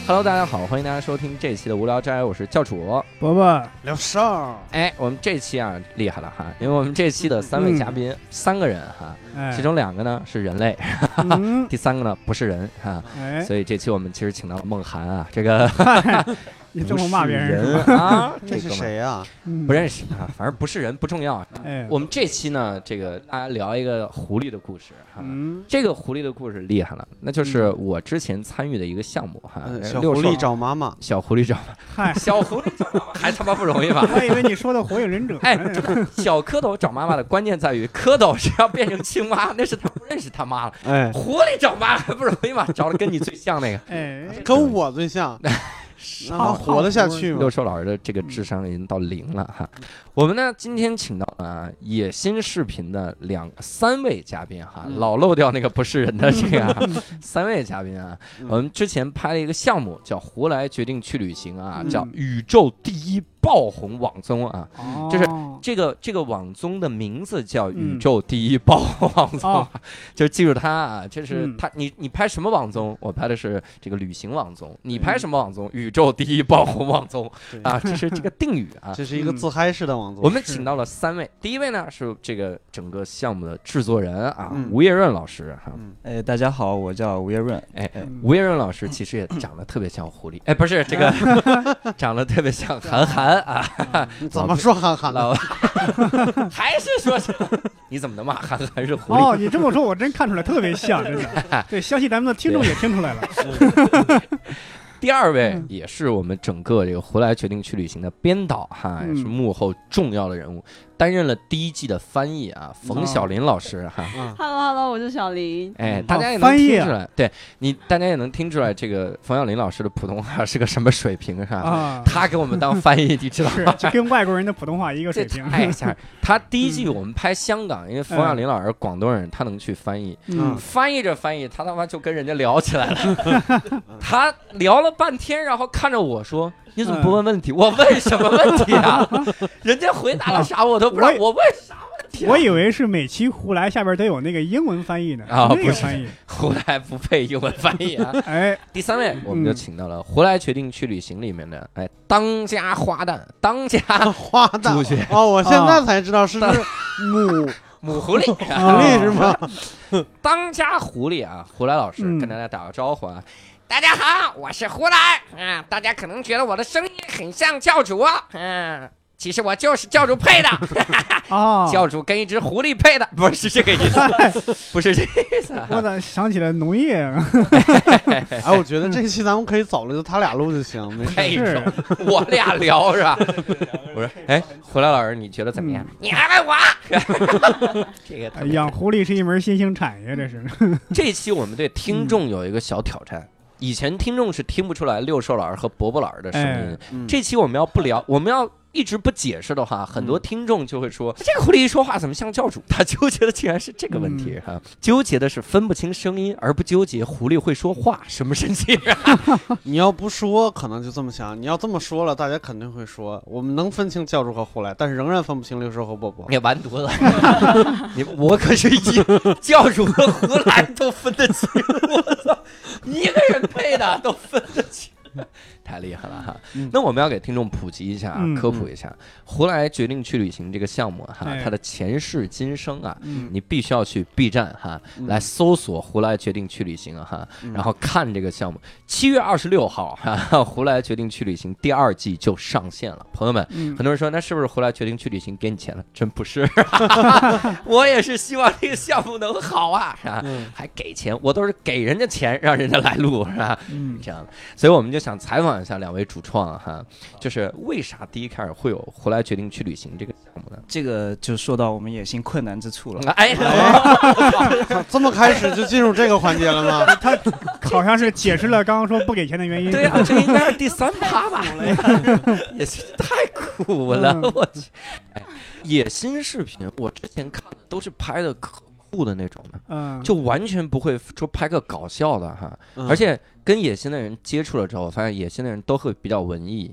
Hello， 大家好，欢迎大家收听这期的无聊斋，我是教主伯伯聊少。 哎，我们这期啊厉害了哈，因为我们这期的3位嘉宾，3个人哈，其中2个呢是人类，第3个呢不是人哈，所以这期我们其实请到了梦涵啊，这个你这么骂别人啊？ 这是谁呀？ 不认识啊，反正不是人不重要。我们这期呢，这个大家聊一个狐狸的故事哈。这个狐狸的故事厉害了，那就是我之前参与的一个项目哈。 小狐狸找妈妈， 小狐狸找妈妈，小狐狸找妈妈还他妈不容易吧？ 我以为你说的火影忍者。 哎，小蝌蚪找妈妈的关键在于，蝌蚪是要变成青蛙，那是他不认识他妈了。哎，狐狸找妈还不容易吗？找的跟你最像那个， 哎，跟我最像。他活得下去吗？ 六兽老师的这个智商已经到0了哈。我们呢今天请到了野心视频的3位嘉宾哈，老漏掉那个不是人的这个3位嘉宾啊。我们之前拍了一个项目叫胡来决定去旅行啊，叫宇宙第一爆红网综啊，就是这个网综的名字叫宇宙第一爆红网综，就记住它啊，就是它你拍什么网综，我拍的是这个旅行网综，你拍什么网综，宇宙第一爆红网综啊，这是这个定语啊， 这是一个自嗨式的网综。 我们请到了3位，第一位呢是这个整个项目的制作人啊，吴业润老师哈。 哎，大家好，我叫吴业润。 哎，吴业润老师其实也长得特别像狐狸，哎，不是这个，长得特别像韩寒啊。 怎么说韩寒了？ 还是说是？你怎么能骂韩寒是狐狸？ 哦，你这么说，我真看出来特别像，真的。对，相信咱们的听众也听出来了。 第2位也是我们整个这个胡来决定去旅行的编导哈，也是幕后重要的人物，担任了第1季的翻译啊，冯小林老师哈。 Hello， 我是小林。 哎，大家也能听出来，对你，大家也能听出来，这个冯小林老师的普通话是个什么水平哈？他给我们当翻译，你知道吗？ 就跟外国人的普通话一个水平。 太吓人！他第1季我们拍香港，因为冯小林老师广东人，他能去翻译，翻译着翻译，他他妈就跟人家聊起来了。他聊了半天，然后看着我说：“你怎么不问问题？”我问什么问题啊？人家回答了啥我都不知道，我问啥问题？ 我以为是每期胡来下边都有那个英文翻译呢。 啊，不是，胡来不配英文翻译啊。哎，第3位我们就请到了《胡来决定去旅行》里面的当家花旦，当家花旦主角。哦，我现在才知道是母狐狸， 狐狸是吗？ 当家狐狸啊，胡来老师跟大家打个招呼啊。大家好，我是胡来啊！大家可能觉得我的声音很像教主其实我就是教主配的教主跟一只狐狸配的，不是这个意思，不是这个意思。 我咋想起来农业？ 哎，我觉得这期咱们可以早了就他俩录就行，没事。我俩聊是吧？我说，哎，胡来老师，你觉得怎么样？你还问我？这个养狐狸是一门新兴产业，这是。 这期我们对听众有一个小挑战。以前听众是听不出来六兽老师和伯伯老师的声音，这期我们要不聊，我们要一直不解释的话，很多听众就会说这个狐狸一说话怎么像教主？他纠结的竟然是这个问题哈，纠结的是分不清声音，而不纠结狐狸会说话，什么神奇你要不说，可能就这么想；你要这么说了，大家肯定会说，我们能分清教主和胡来，但是仍然分不清六兽和伯伯。 你完犊子！我可是教主和胡来都分得清，我操，一个人配的都分得清。太厉害了哈！那我们要给听众普及一下，科普一下，胡来决定去旅行这个项目哈，它的前世今生啊，你必须要去 B 站哈来搜索胡来决定去旅行哈，然后看这个项目。7月26号哈，胡来决定去旅行第2季就上线了。朋友们，很多人说那是不是胡来决定去旅行给你钱了？真不是，我也是希望这个项目能好啊，是吧？还给钱，我都是给人家钱让人家来录，是吧？这样，所以我们就想采访一下2位主创哈，就是为啥第一开始会有胡来决定去旅行这个项目呢？ 这个就说到我们野心困难之处了。 哎， 这么开始就进入这个环节了吗？ 他好像是解释了刚刚说不给钱的原因。 对啊，这应该是第3趴吧？也是太酷了，我去！野心视频我之前看的都是拍的可酷的那种的，就完全不会说拍个搞笑的哈，而且跟野心的人接触了之后，我发现野心的人都会比较文艺，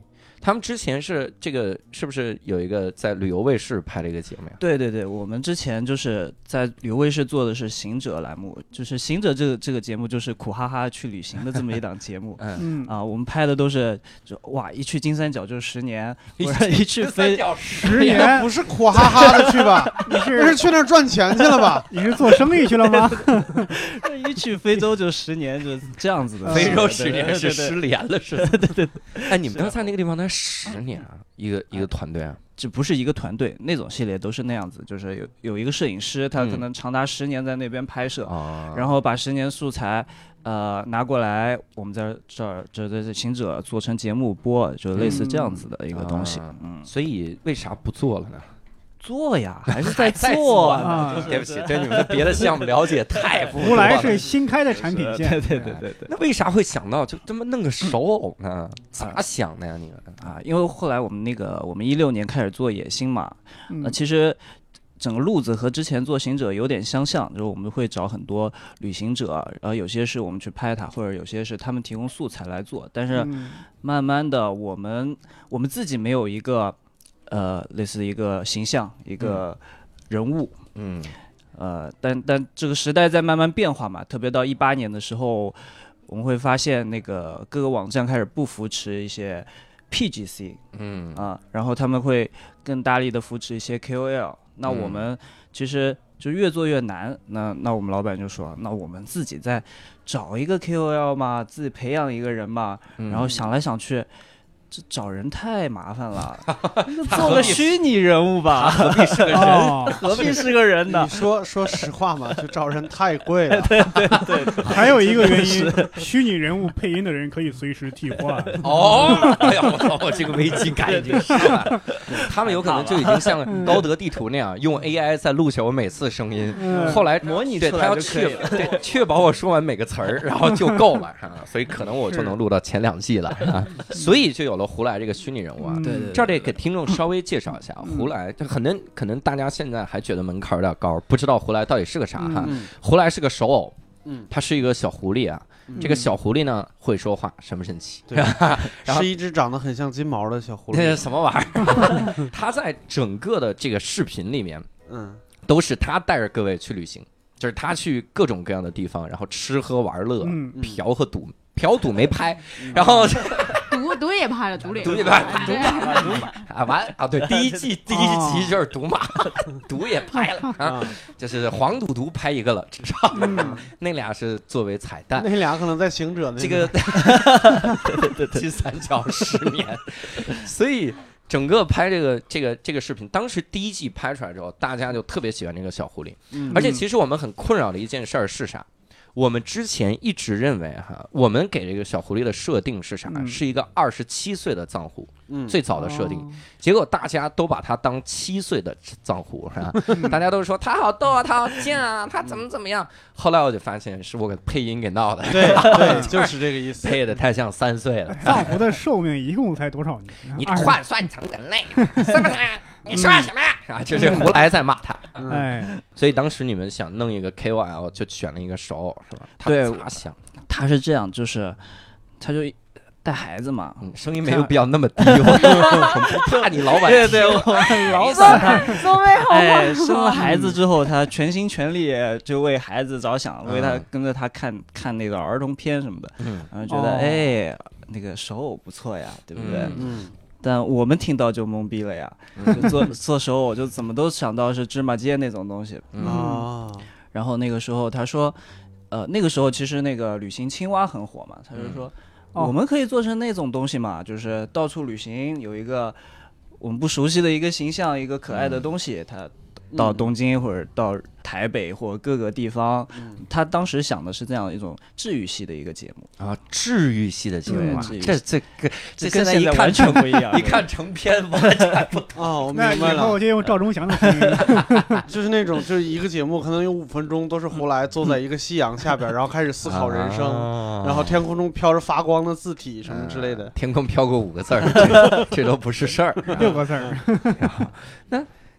他们之前是这个是不是有一个在旅游卫视拍的一个节目呀？ 对对对，我们之前就是在旅游卫视做的是行者栏目，就是行者这个节目就是苦哈哈去旅行的这么一档节目。我们拍的都是一去金三角就是10年，或者一去非 10年， 不是苦哈哈的去吧？你是去那儿赚钱去了吧？ 你是做生意去了吗？ 一去非洲就10年，就这样子的。 非洲10年是失联了是吧？ 对。 哎，你们当时在那个地方待10年啊？一个团队啊？ 这不是一个团队，那种系列都是那样子，就是有一个摄影师，他可能长达10年在那边拍摄，然后把10年素材拿过来，我们在这的行者做成节目播，就类似这样子的一个东西。 所以为啥不做了呢？ 做呀，还是在做啊！对不起，对你们的别的项目了解太不多了。 胡来是新开的产品线， 对。 那为啥会想到就这么弄个手偶呢？咋想的呀？你们因为后来我们16年开始做野心嘛，其实整个路子和之前做行者有点相像，就是我们会找很多旅行者，然后有些是我们去拍他，或者有些是他们提供素材来做。但是慢慢的，我们自己没有一个类似一个形象，一个人物，但这个时代在慢慢变化嘛，特别到18年的时候，我们会发现那个各个网站开始不扶持一些 PGC，然后他们会更大力的扶持一些 KOL，那我们其实就越做越难，那我们老板就说，那我们自己再找一个 KOL 嘛，自己培养一个人嘛，然后想来想去。这找人太麻烦了，做个虚拟人物吧，何必是个人？何必是个人呢？ 你说实话嘛，就找人太贵了。 对。 还有一个原因，虚拟人物配音的人可以随时替换。 哎呀，我这个危机感已经上来了。他们有可能就已经像高德地图那样，用 AI 在录下我每次声音，后来模拟出来他要就可以了， 确保我说完每个词儿，然后就够了所以可能我就能录到前2季了所以就有了胡来这个虚拟人物啊。 对， 这儿得给听众稍微介绍一下胡来，可能大家现在还觉得门槛有点高，不知道胡来到底是个啥胡来是个手偶，他是一个小狐狸啊。这个小狐狸呢会说话，神不神奇？ 对，是一只长得很像金毛的小狐狸。 这什么玩意儿？他在整个的这个视频里面，都是他带着各位去旅行，就是他去各种各样的地方，然后吃喝玩乐，嫖和赌。嫖赌没拍，然后赌也拍了，赌也拍啊完啊！对，第一集就是赌马，赌也拍了就是黄赌毒拍一个了，至少那俩是作为彩蛋， 那俩可能在行者那这个金三角10年，所以整个拍这个视频，当时第1季拍出来之后，大家就特别喜欢这个小狐狸，而且其实我们很困扰的一件事儿是啥？我们之前一直认为我们给这个小狐狸的设定是啥？是一个27岁的藏狐，最早的设定。结果大家都把他当7岁的藏狐，是吧？大家都说他好逗啊，他好贱啊，他怎么样？后来我就发现是我给配音给闹的。 对，就是这个意思， 配的太像3岁了。 藏狐的寿命一共才多少年？ 你换算成人类，是不是？你说什么啊？就是胡来在骂他。所以当时你们想弄一个 KOL， 就选了一个手偶，是吧？ 对， 咋想？ 他是这样，就是他就带孩子嘛， 声音没有必要那么低，我不怕你老板。 对，我老板都没好。 生了孩子之后，他全心全力就为孩子着想，为他跟着他看那个儿童片什么的，然后觉得那个手偶不错呀，对不对？但我们听到就懵逼了呀，就做手偶就怎么都想到是芝麻街那种东西然后那个时候他说，那个时候其实那个旅行青蛙很火嘛，他就说我们可以做成那种东西嘛，就是到处旅行有一个我们不熟悉的一个形象，一个可爱的东西，他到东京或者到台北或者各个地方，他当时想的是这样一种治愈系的一个节目啊，治愈系的节目，这跟现在一看完全不一样， 一看成片完全不我明白了。 以后就用赵忠祥的声音， 就是那种就是一个节目可能有5分钟都是胡来坐在一个夕阳下边，然后开始思考人生，然后天空中飘着发光的字体什么之类的。 天空飘过5个字儿，这都不是事儿 ，6个字儿。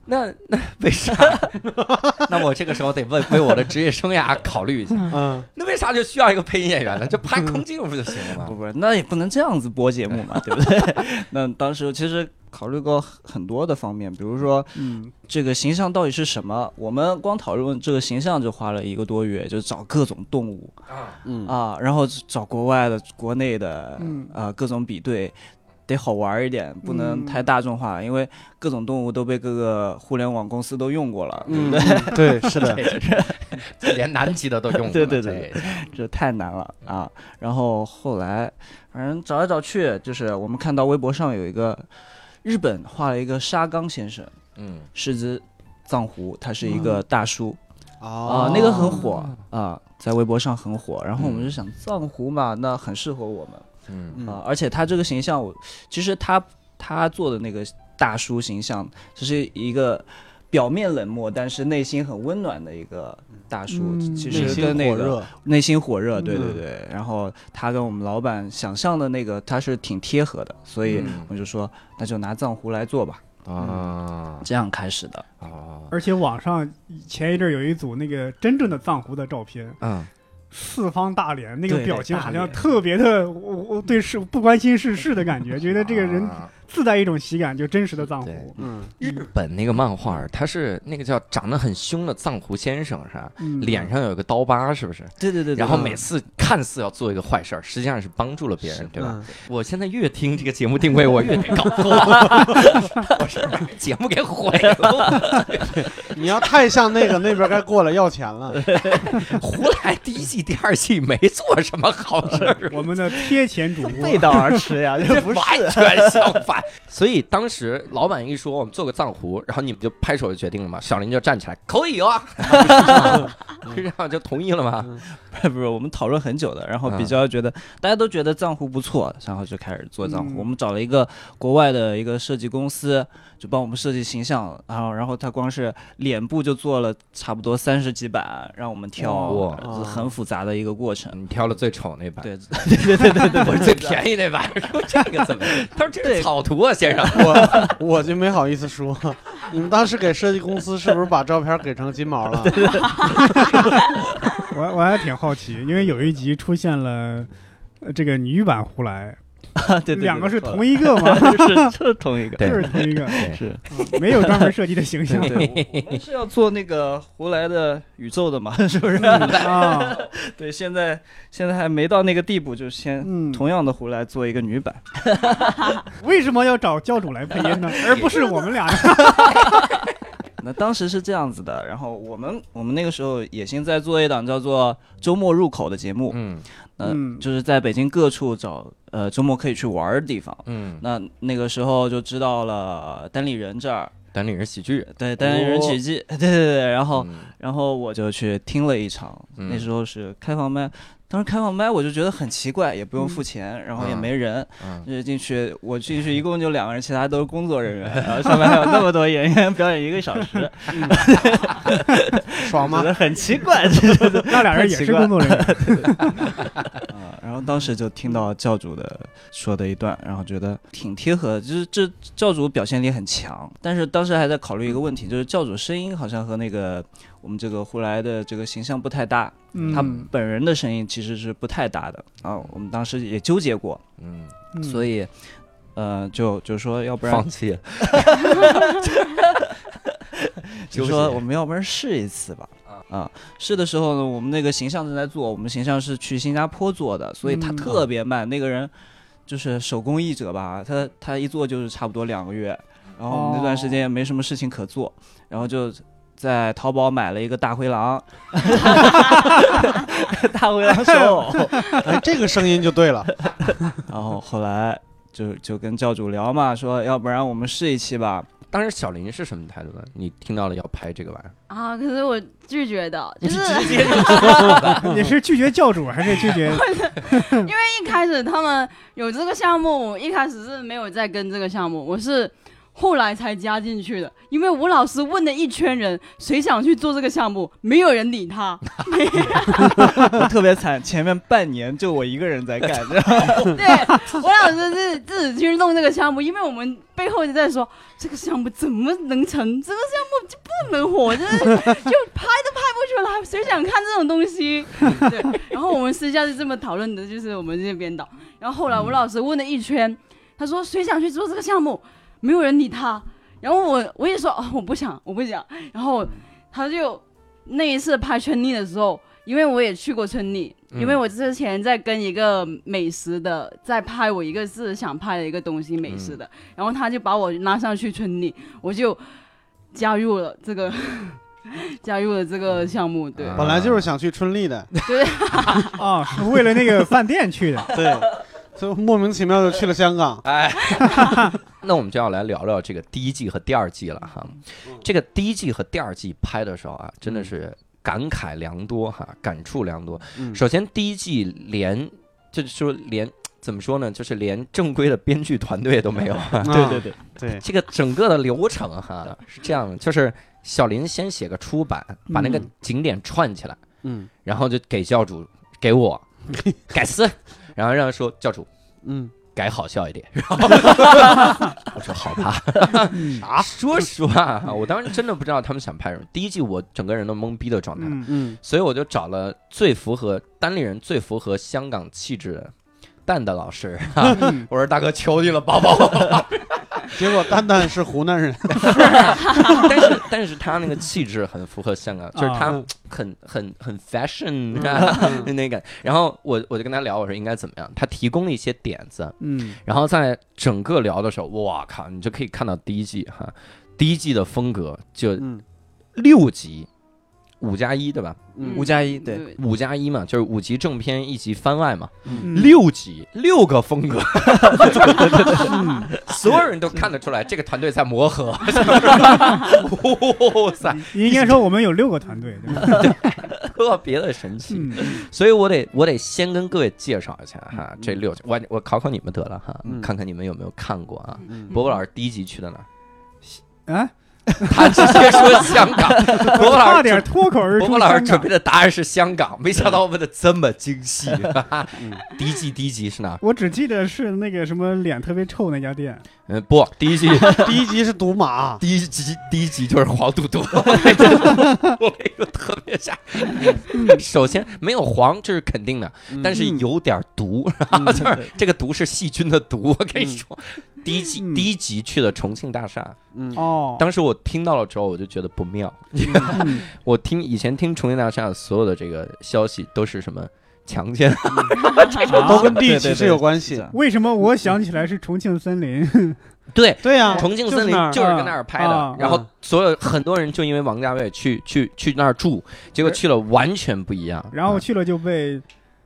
那为啥？那我这个时候得为我的职业生涯考虑一下。那为啥就需要一个配音演员呢？就拍空镜不就行了吗？ 不，那也不能这样子播节目嘛，对不对？那当时其实考虑过很多的方面，比如说，这个形象到底是什么？我们光讨论这个形象就花了1个多月，就找各种动物然后找国外的、国内的各种比对。得好玩一点，不能太大众化，因为各种动物都被各个互联网公司都用过了，对不对， 对？ 是的， 连南极的都用过。 对，这太难了啊！然后后来，反正找来找去，就是我们看到微博上有一个日本画了一个沙冈先生，是只藏狐，他是一个大叔那个很火在微博上很火。然后我们就想，藏狐嘛，那很适合我们。而且他这个形象，其实他做的那个大叔形象，这是一个表面冷漠，但是内心很温暖的一个大叔。其实跟那个内心火热，对。然后他跟我们老板想象的那个他是挺贴合的，所以我就说，那就拿藏狐来做吧。这样开始的。 而且网上前一阵有一组那个真正的藏狐的照片。四方大脸，那个表情好像特别的，我对事不关心世事的感觉，觉得这个人自带一种喜感，就真实的藏狐。 日本那个漫画，他是那个叫长得很凶的藏狐先生，是吧？脸上有一个刀疤，是不是？ 对。 然后每次看似要做一个坏事儿，实际上是帮助了别人，对吧？我现在越听这个节目定位，我越得搞错，我是把节目给毁了。 你要太像那边该过来要钱了。 胡来第1季、第2季没做什么好事儿， 我们的贴钱主播背道而驰呀，这不是完全相反。所以当时老板一说我们做个藏狐，然后你们就拍手就决定了嘛，小林就站起来可以啊，这样就同意了吗？ 不是，我们讨论很久的，然后比较觉得大家都觉得藏狐不错，然后就开始做藏狐。我们找了一个国外的一个设计公司，就帮我们设计形象，然后他光是脸部就做了差不多30几版，让我们挑，很复杂的一个过程。 你挑了最丑那版， 对， 我是最便宜那版。说这个怎么？他说这是草图啊，先生。 我就没好意思说，你们当时给设计公司是不是把照片给成金毛了？ 我还挺好奇，因为有一集出现了这个女版胡来。 对， 两个是同一个吗？ 是同一个， 就是同一个， 是没有专门设计的形象。 对，我们是要做那个胡来的宇宙的嘛，是不是？对，现在还没到那个地步，就先同样的胡来做一个女版。 为什么要找教主来配音呢？而不是我们俩呢？ 那当时是这样子的，然后我们那个时候野心在做一档叫做周末入口的节目，就是在北京各处找周末可以去玩的地方，那个时候就知道了单立人这儿。 单立人喜剧， 对，单立人喜剧，对，然后我就去听了一场，那时候是开放麦。当时开放麦我就觉得很奇怪，也不用付钱，然后也没人，我进去一共就2个人，其他都是工作人员，然后上面还有那么多演员表演1个小时， 爽吗？ 很奇怪， 那俩人也是工作人员。 然后当时就听到教主的说的一段，然后觉得挺贴合的，就是这教主表现力很强，但是当时还在考虑一个问题，就是教主声音好像和那个我们这个胡来的这个形象不太搭，他本人的声音其实是不太搭的啊。我们当时也纠结过，所以就说要不然放弃了， 就说我们要不然试一次吧。试的时候呢，我们那个形象正在做，我们形象是去新加坡做的，所以他特别慢，那个人就是手工艺者吧，他一做就是差不多2个月，然后我们那段时间也没什么事情可做，然后就在淘宝买了一个大灰狼，大灰狼手偶， 这个声音就对了。 然后后来就跟教主聊嘛，说要不然我们试一期吧。 当时小林是什么态度呢？你听到了要拍这个玩意儿啊？可是我拒绝的，就是你是拒绝教主还是拒绝？ 因为一开始他们有这个项目，一开始是没有在跟这个项目， 后来才加进去的，因为吴老师问了一圈人谁想去做这个项目，没有人理他。 我特别惨，前面半年就我一个人在干。 对，吴老师是自己去弄这个项目，因为我们背后就在说这个项目怎么能成，这个项目就不能火，就拍都拍不出来，谁想看这种东西？对，然后我们私下是这么讨论的，就是我们这些编导。然后后来吴老师问了一圈，他说谁想去做这个项目？没有人理他，然后我也说我不想，然后他就那一次拍春丽的时候，因为我也去过春丽，因为我之前在跟一个美食的在拍我一个是想拍的一个东西美食的，然后他就把我拉上去春丽，我就加入了这个项目。对， 本来就是想去春丽的， 对啊，是为了那个饭店去的， 对。就莫名其妙就去了香港， 那我们就要来聊聊这个第一季和第二季了哈。这个第一季和第二季拍的时候啊，真的是感慨良多哈，感触良多。首先第一季连怎么说呢，就是连正规的编剧团队都没有。 对， 这个整个的流程哈是这样的，就是小林先写个初版，把那个景点串起来，然后就给教主给我改词。然后让他说教主，改好笑一点。然后我说好吧。说实话，我当时真的不知道他们想拍什么。第一季我整个人都懵逼的状态，所以我就找了单立人最符合香港气质的蛋蛋老师。我说大哥，求你了，抱抱我。 结果蛋蛋是湖南人， 但是他那个气质很符合香港，就是他很 fashion 那个。然后我就跟他聊，我说应该怎么样，他提供了一些点子，然后在整个聊的时候，哇靠，你就可以看到第一季的风格就6集。5+1对吧 ？5+1对 ，5+1嘛，就是5集正片1集番外嘛，6集6个风格，所有人都看得出来这个团队在磨合。哇塞， 应该说我们有6个团队，对， 特别的神奇。所以我得先跟各位介绍一下哈，这6集我考考你们得了哈，看看你们有没有看过啊。伯伯老师第一集去的哪儿？ 啊？ 他直接说香港，伯伯老师差点脱口而出。 伯伯老师准备的答案是香港，没想到我问的这么精细。第一集是哪？ 我只记得是那个什么脸特别臭那家店。 不，第一集是赌马， 第一集就是黄赌毒。我跟你说特别吓人。首先没有黄，这是肯定的，但是有点毒，就是这个毒是细菌的毒。我跟你说。第一集去的重庆大厦，当时我听到了之后，我就觉得不妙。我以前听重庆大厦所有的这个消息都是什么强奸， 都跟第一集是有关系。 为什么我想起来是重庆森林？ 对呀， 重庆森林就是跟那儿拍的。然后很多人就因为王家卫去那儿住，结果去了完全不一样。 然后去了就被。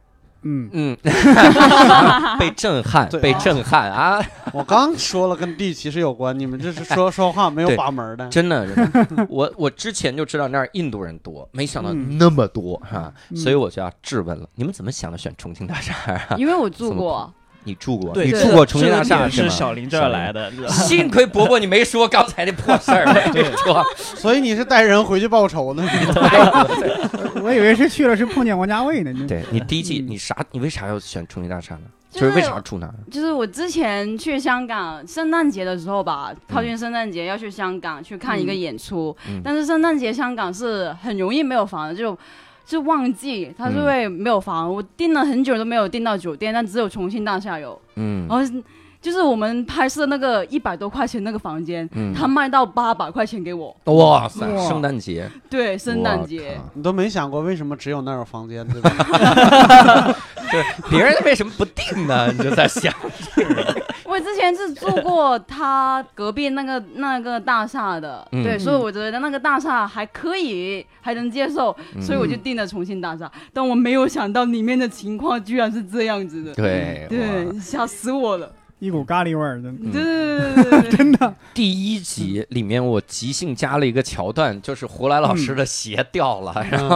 被震撼啊！ 我刚说了跟地其实有关，你们这是说话没有把门的， 真的。我之前就知道那儿印度人多，没想到那么多哈，所以我就要质问了，你们怎么想的选重庆大厦啊？ 因为我住过。 你住过？ 对， 你住过重庆大厦是小林这儿来的。 幸亏伯伯你没说刚才那破事儿，没说。 所以你是带人回去报仇呢？ 我以为是去了是碰见王家卫呢。 对，你第一季你为啥要选重庆大厦呢？就是为啥住那儿？ 就是我之前去香港圣诞节的时候吧，靠近圣诞节要去香港去看一个演出，但是圣诞节香港是很容易没有房的，就旺季，它是会没有房。我订了很久都没有订到酒店，但只有重庆大厦有。然后就是我们拍摄那个100多块钱那个房间，他卖到800块钱给我。 哇塞！圣诞节。对， 圣诞节。 你都没想过为什么只有那儿有房间，对吧？ 对，别人为什么不订呢？你就在想。 我之前是住过他隔壁那个大厦的，对，所以我觉得那个大厦还可以，还能接受，所以我就订了重庆大厦。但我没有想到里面的情况居然是这样子的， 对， 吓死我了。 一股咖喱味儿， 对， 真的。 第一集里面我即兴加了一个桥段，就是胡来老师的鞋掉了，然后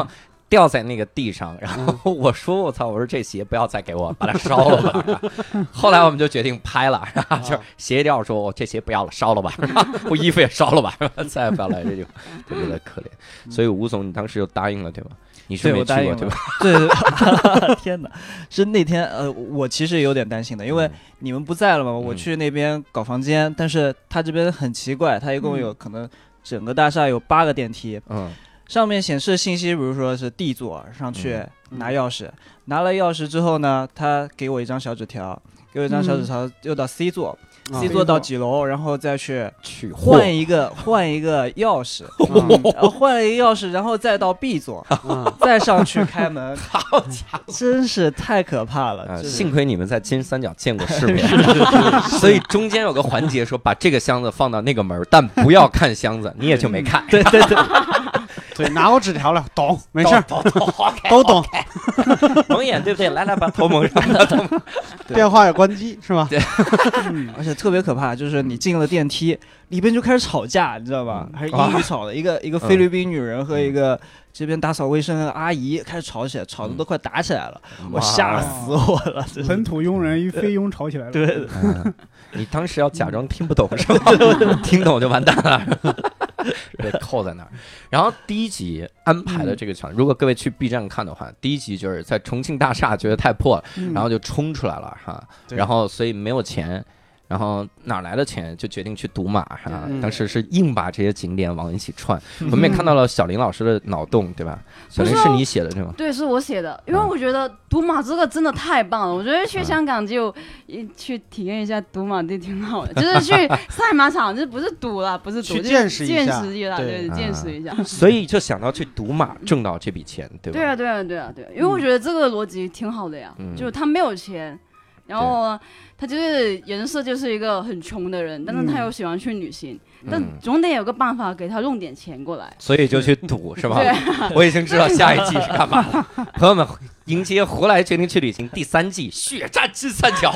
掉在那个地上，然后我说我操，我说这鞋不要再给我，把它烧了吧。后来我们就决定拍了，就是鞋掉说我这鞋不要了，烧了吧，我衣服也烧了吧，再也不要来这种，特别的可怜。所以吴总你当时就答应了对吗？你是没去过对吧？ 对，天哪！是那天我其实有点担心的，因为你们不在了嘛，我去那边搞房间，但是他这边很奇怪，他一共有可能整个大厦有8个电梯，上面显示信息，比如说是 D 座上去拿钥匙，拿了钥匙之后呢，他给我一张小纸条，又到 C 座。C 座到几楼，然后再去换一个钥匙，然后换了一个钥匙，然后再到 B 座，再上去开门。 好家伙， 真是太可怕了！ 幸亏你们在金三角见过世面，所以中间有个环节说把这个箱子放到那个门，但不要看箱子，你也就没看。 对对对。 对，拿过纸条了，懂，没事，都懂， 蒙眼对不对？来，把头蒙上， 电话也关机是吧？ 对， 而且特别可怕，就是你进了电梯，里边就开始吵架，你知道吧？还是英语吵的，一个菲律宾女人和一个这边打扫卫生的阿姨开始吵起来，吵得都快打起来了，我吓死我了！ 本土佣人与非佣吵起来了。 对， 你当时要假装听不懂是吧？听懂就完蛋了。被扣在那儿。然后第一集安排的这个场，如果各位去 B 站看的话，第一集就是在重庆大厦觉得太破了，然后就冲出来了哈，然后所以没有钱。然后哪来的钱就决定去赌马哈，当时是硬把这些景点往一起串。我们也看到了小林老师的脑洞，对吧？小林是你写的对吗？ 对，是我写的，因为我觉得赌马这个真的太棒了。我觉得去香港就去体验一下赌马就挺好的，就是去赛马场，就不是赌了，不是赌， 去见识一下， 对，见识一下。 所以就想到去赌马挣到这笔钱，对吧？ 对啊，因为我觉得这个逻辑挺好的呀，就是他没有钱，然后他就是人设就是一个很穷的人，但是他又喜欢去旅行，但总得有个办法给他弄点钱过来， 所以就去赌是吧？我已经知道下一季是干嘛了。朋友们，迎接胡来决定去旅行第3季血战金三角。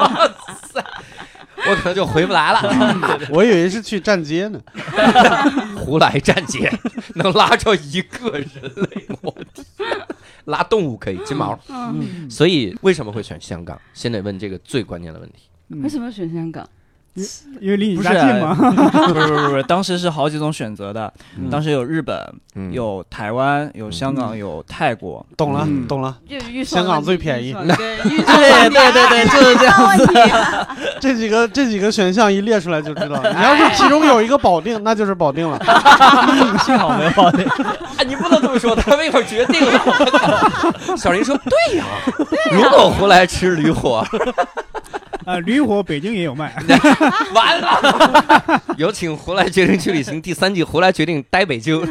我可能就回不来了。 我以为是去站街呢。 胡来站街能拉着一个人类，我天！拉动物可以，金毛。所以为什么会选香港？先得问这个最关键的问题。 为什么选香港？ 因为离你家近吗？ 不是，当时是好几种选择的，当时有日本，有台湾，有香港，有泰国。 懂了，香港最便宜。 对，就是这样子。 这几个选项一列出来就知道，你要是其中有一个保定，那就是保定了。 幸好没有保定。 你不能这么说，他们一会儿决定了。小林说：“对呀，如果胡来吃驴火。” 驴火北京也有卖。 完了，有请胡来决定去旅行第3季，胡来决定待北京。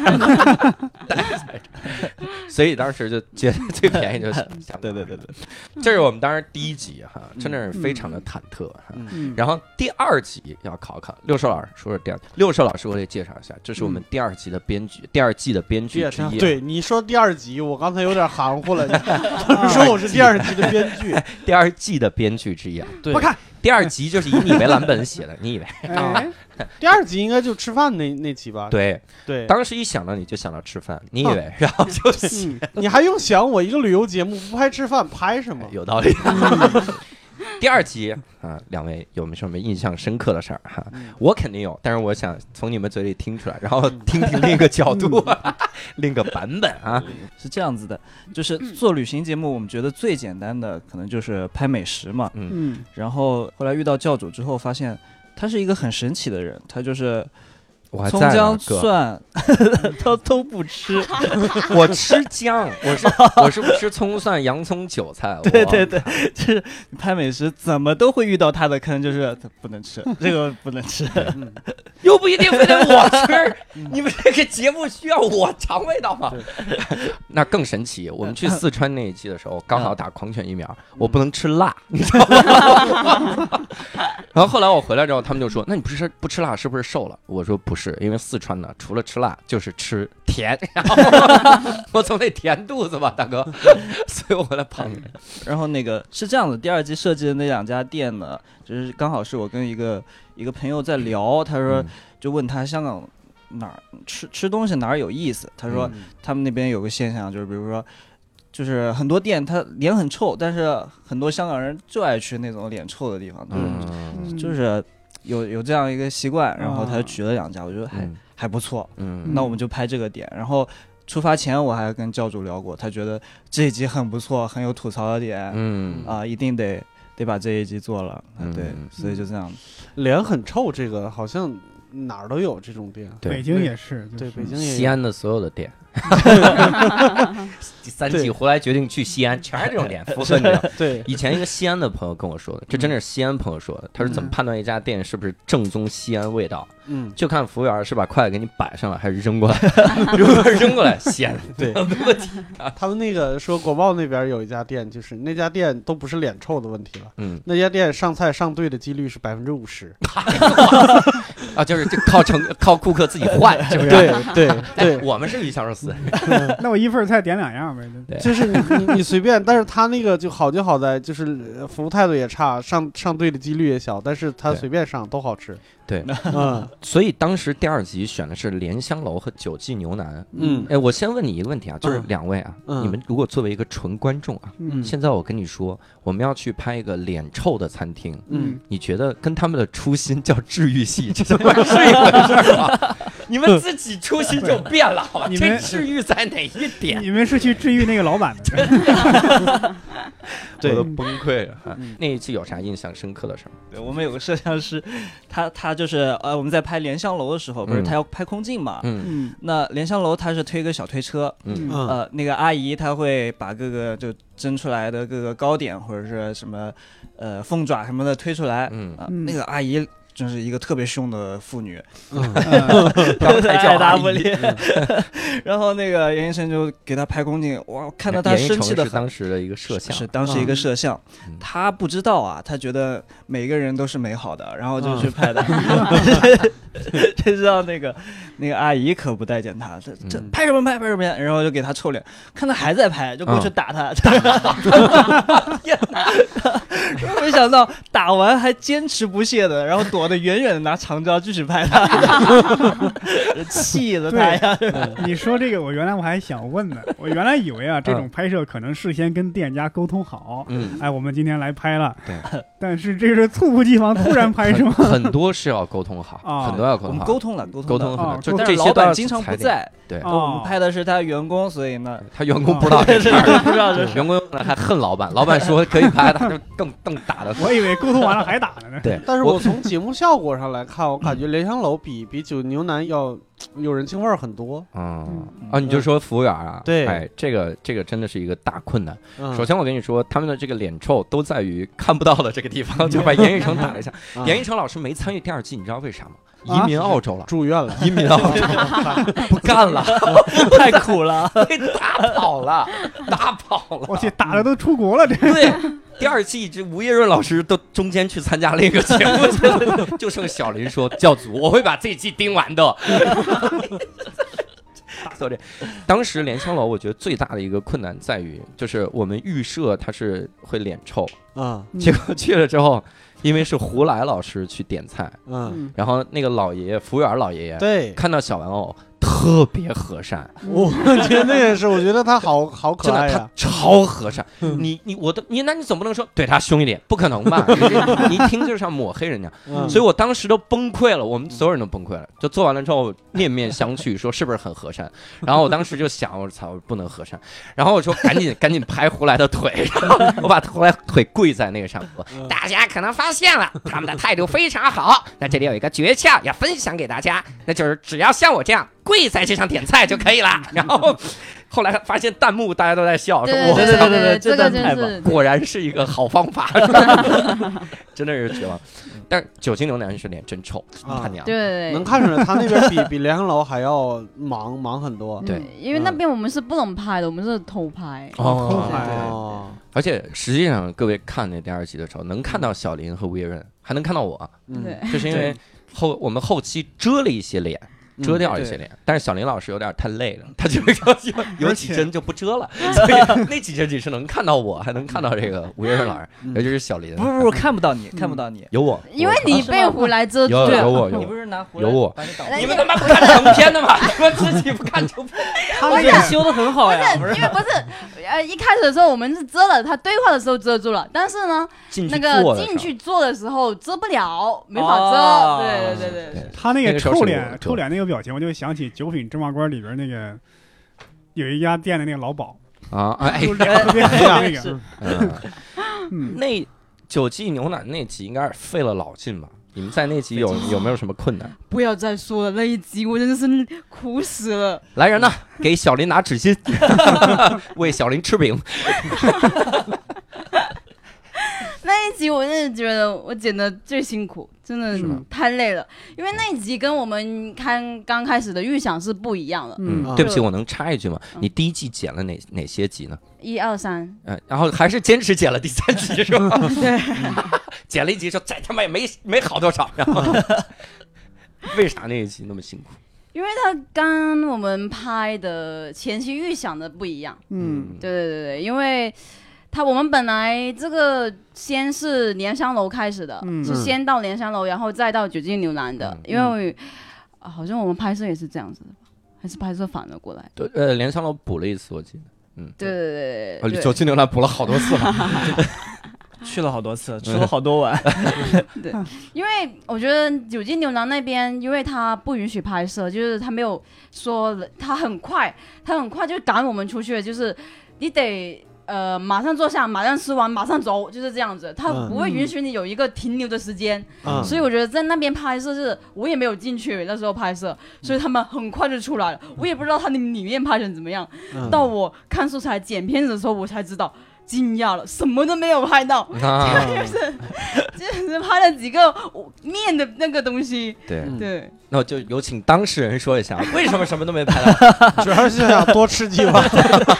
所以当时就觉得最便宜就是香港。对，这是我们当时第1集哈，真的是非常的忐忑哈。然后第2集要考六寿老师说说第2集。六寿老师我得介绍一下，这是我们第2集的编剧，第2季的编剧之一。 对，你说第2集，我刚才有点含糊了。你说我是第2集的编剧， 第2季的编剧之一啊。 对， 不看第2集就是以你为蓝本写的，你以为？ 第2集应该就吃饭那集吧？ 对，当时一想到你就想到吃饭，你以为，然后就写。 你还用想？我一个旅游节目不拍吃饭，拍什么？ 有道理。第2集啊，两位有没有什么印象深刻的事儿哈？我肯定有，但是我想从你们嘴里听出来，然后听听另一个角度，另一个版本啊。 是这样子的，就是做旅行节目，我们觉得最简单的可能就是拍美食嘛。然后后来遇到教主之后，发现他是一个很神奇的人，他就是葱姜蒜他都不吃。 我吃姜，我是不吃葱蒜洋葱韭菜。 对，就是你拍美食怎么都会遇到他的坑，就是不能吃这个不能吃。 又不一定非得我吃，你们这个节目需要我尝味道吗？那更神奇，我们去四川那一期的时候，刚好打狂犬疫苗，我不能吃辣，你知道吗？然后后来我回来之后，他们就说：“那你不吃辣是不是瘦了？”我说：“不是，因为四川呢，除了吃辣就是吃甜，我总得填肚子吧，大哥。”所以我回来胖了。 然后那个是这样的，第2季设计的那2家店呢，就是刚好是我跟一个朋友在聊，他说就问他香港哪儿吃东西哪儿有意思。他说他们那边有个现象，就是比如说，就是很多店它脸很臭，但是很多香港人就爱去那种脸臭的地方，就是有这样一个习惯。然后他就举了2家，我觉得还不错。那我们就拍这个点。然后出发前我还跟教主聊过，他觉得这一集很不错，很有吐槽的点。一定得把这一集做了。对，所以就这样。 脸很臭，这个好像哪儿都有这种店， 北京也是， 对，北京也西安的所有的店。第3季回来决定去西安，全是这种店，辐射你。 对， 以前一个西安的朋友跟我说的，这真的是西安朋友说的。他说怎么判断一家店是不是正宗西安味道？就看服务员是把筷子给你摆上了，还是扔过来。如果扔过来，西安对，没问题。他们那个说国贸那边有一家店，就是那家店都不是脸臭的问题了。那家店上菜上对的几率是50%。 啊，就是这靠顾客自己换，是不是？ 对， 我们是鱼香肉丝。 那我一份菜点2样呗。 就是你随便，但是他那个就好在就是服务态度也差，上对的几率也小，但是他随便上都好吃。 对，所以当时第2集选的是莲香楼和九记牛腩。我先问你一个问题啊，就是2位啊，你们如果作为一个纯观众啊，现在我跟你说，我们要去拍一个脸臭的餐厅，你觉得跟他们的初心叫治愈系，这他妈是一回事吗？你们自己初心就变了，好吧？这治愈在哪一点？ 你们是去治愈那个老板的。 我都崩溃了。那一期有啥印象深刻的事儿？ 对，我们有个摄像师，他就是我们在拍莲香楼的时候，不是他要拍空镜嘛？那莲香楼他是推个小推车，那个阿姨她会把各个就蒸出来的各个糕点或者是什么凤爪什么的推出来。那个阿姨真是一个特别凶的妇女，爱答不理。然后那个严医生就给他拍空镜，哇，看到他生气的很。 是当时的一个摄像， 是当时一个摄像，他不知道啊，他觉得每个人都是美好的，然后就去拍的。谁知道那个阿姨可不待见他，这拍什么拍什么，然后就给他臭脸，看他还在拍，就过去打他。没想到打完还坚持不懈的，然后躲得远远的拿长焦继续拍他，气的他呀！ 你说这个，我原来还想问呢，我原来以为啊，这种拍摄可能事先跟店家沟通好，我们今天来拍了，但是这是猝不及防突然拍是吗？ 很多是要沟通好，很多要沟通好。 我们沟通了， 就这些老板经常不在， 对， 我们拍的是他员工，所以呢， 他员工不知道这事儿， 不知道这员工还恨老板，老板说可以拍，他就更打的。 我以为沟通完了还打呢。 对， 但是我从节目效果上来看，我感觉莲香楼比九牛腩要有人情味很多。 你就说服务员啊， 对， 这个真的是一个大困难。首先我跟你说，他们的这个脸臭都在于看不到的这个地方，就把严艺成打了一下。严艺成老师没参与第2季，你知道为啥吗？移民澳洲了， 住院了， 移民澳洲不干了， 太苦了， 被打跑了。 我去，打的都出国了，这对。第2季这吴业润老师都中间去参加了一个节目去，就剩小林说教主，我会把这季盯完的。当时莲香楼我觉得最大的一个困难在于，就是我们预设它是会脸臭结果去了之后，因为是胡来老师去点菜，然后那个老爷爷，服务员老爷爷， 对， 看到小玩偶特别和善， 我觉得也是，我觉得他好可爱他超和善。你那你总不能说对他凶一点，不可能吧？你一听就是像抹黑人家，所以我当时都崩溃了，我们所有人都崩溃了。就做完了之后面面相觑，说是不是很和善？然后我当时就想，我操，不能和善。然后我说赶紧拍胡来的腿，然后我把胡来腿跪在那个上头。大家可能发现了，他们的态度非常好。那这里有一个诀窍要分享给大家，那就是只要像我这样跪在这上点菜就可以了。然后后来发现弹幕大家都在笑，说对，这个真是果然是一个好方法，真的是绝望。但是九金牛腩是脸真臭，看你啊， 对， 能看出来他那边比莲香楼还要忙很多。 对， 因为那边我们是不能拍的，我们是偷拍。 而且实际上各位看那第2集的时候，能看到小林和吴业润，还能看到我， 对， 就是因为我们后期遮了一些脸。 遮掉一些脸。但是小林老师有点太累了，他就是说有几帧就不遮了，所以那几帧你是能看到我，还能看到这个吴先生老师，尤其是小林。 不，看不到你，看不到你， 有我， 因为你被胡来遮住了。 有我， 你不是拿胡有我， 你们他妈不看成片的吗？你们自己不看成片？ 他那个修的很好呀， 因为不是，一开始的时候我们是遮了，他对话的时候遮住了，但是呢，那个进去做的时候遮不了，没法遮。对， 他那个臭脸那个表情，我就想起《九品芝麻官》里边那个有一家店的那个老鸨啊，哎， 那个， 那九记牛腩那集应该是费了老劲吧？你们在那集有没有什么困难？ 不要再说了，那一集我真的是苦死了。 来人呐，给小林拿纸巾，喂小林吃饼。 那一集我真的觉得我剪的最辛苦，真的太累了，因为那一集跟我们刚开始的预想是不一样的。 对不起，我能插一句吗？你第一季剪了哪些集呢 ？1、2、3。 然后还是坚持剪了第3集是吧？ 对， 剪了一集说再他妈也没好多少，然后为啥那一集那么辛苦？ 因为他跟我们拍的前期预想的不一样。对，因为我们本来这个先是莲香楼开始的，是先到莲香楼，然后再到九记牛腩的，因为好像我们拍摄也是这样子的吧，还是拍摄反了过来？ 对，莲香楼补了一次，我记得。 对， 九记牛腩补了好多次了。 去了好多次，吃了好多碗。 对，因为我觉得九记牛腩那边，因为他不允许拍摄，就是他没有说他很快就赶我们出去，就是你得马上坐下，马上吃完，马上走，就是这样子。他不会允许你有一个停留的时间，所以我觉得在那边拍摄是我也没有进去那时候拍摄，所以他们很快就出来了。我也不知道他里面拍成怎么样，到我看素材剪片子的时候，我才知道。惊讶了，什么都没有拍到，就是拍了几个面的那个东西。对， 那我就有请当事人说一下，为什么什么都没拍到？ 主要是想多吃几碗。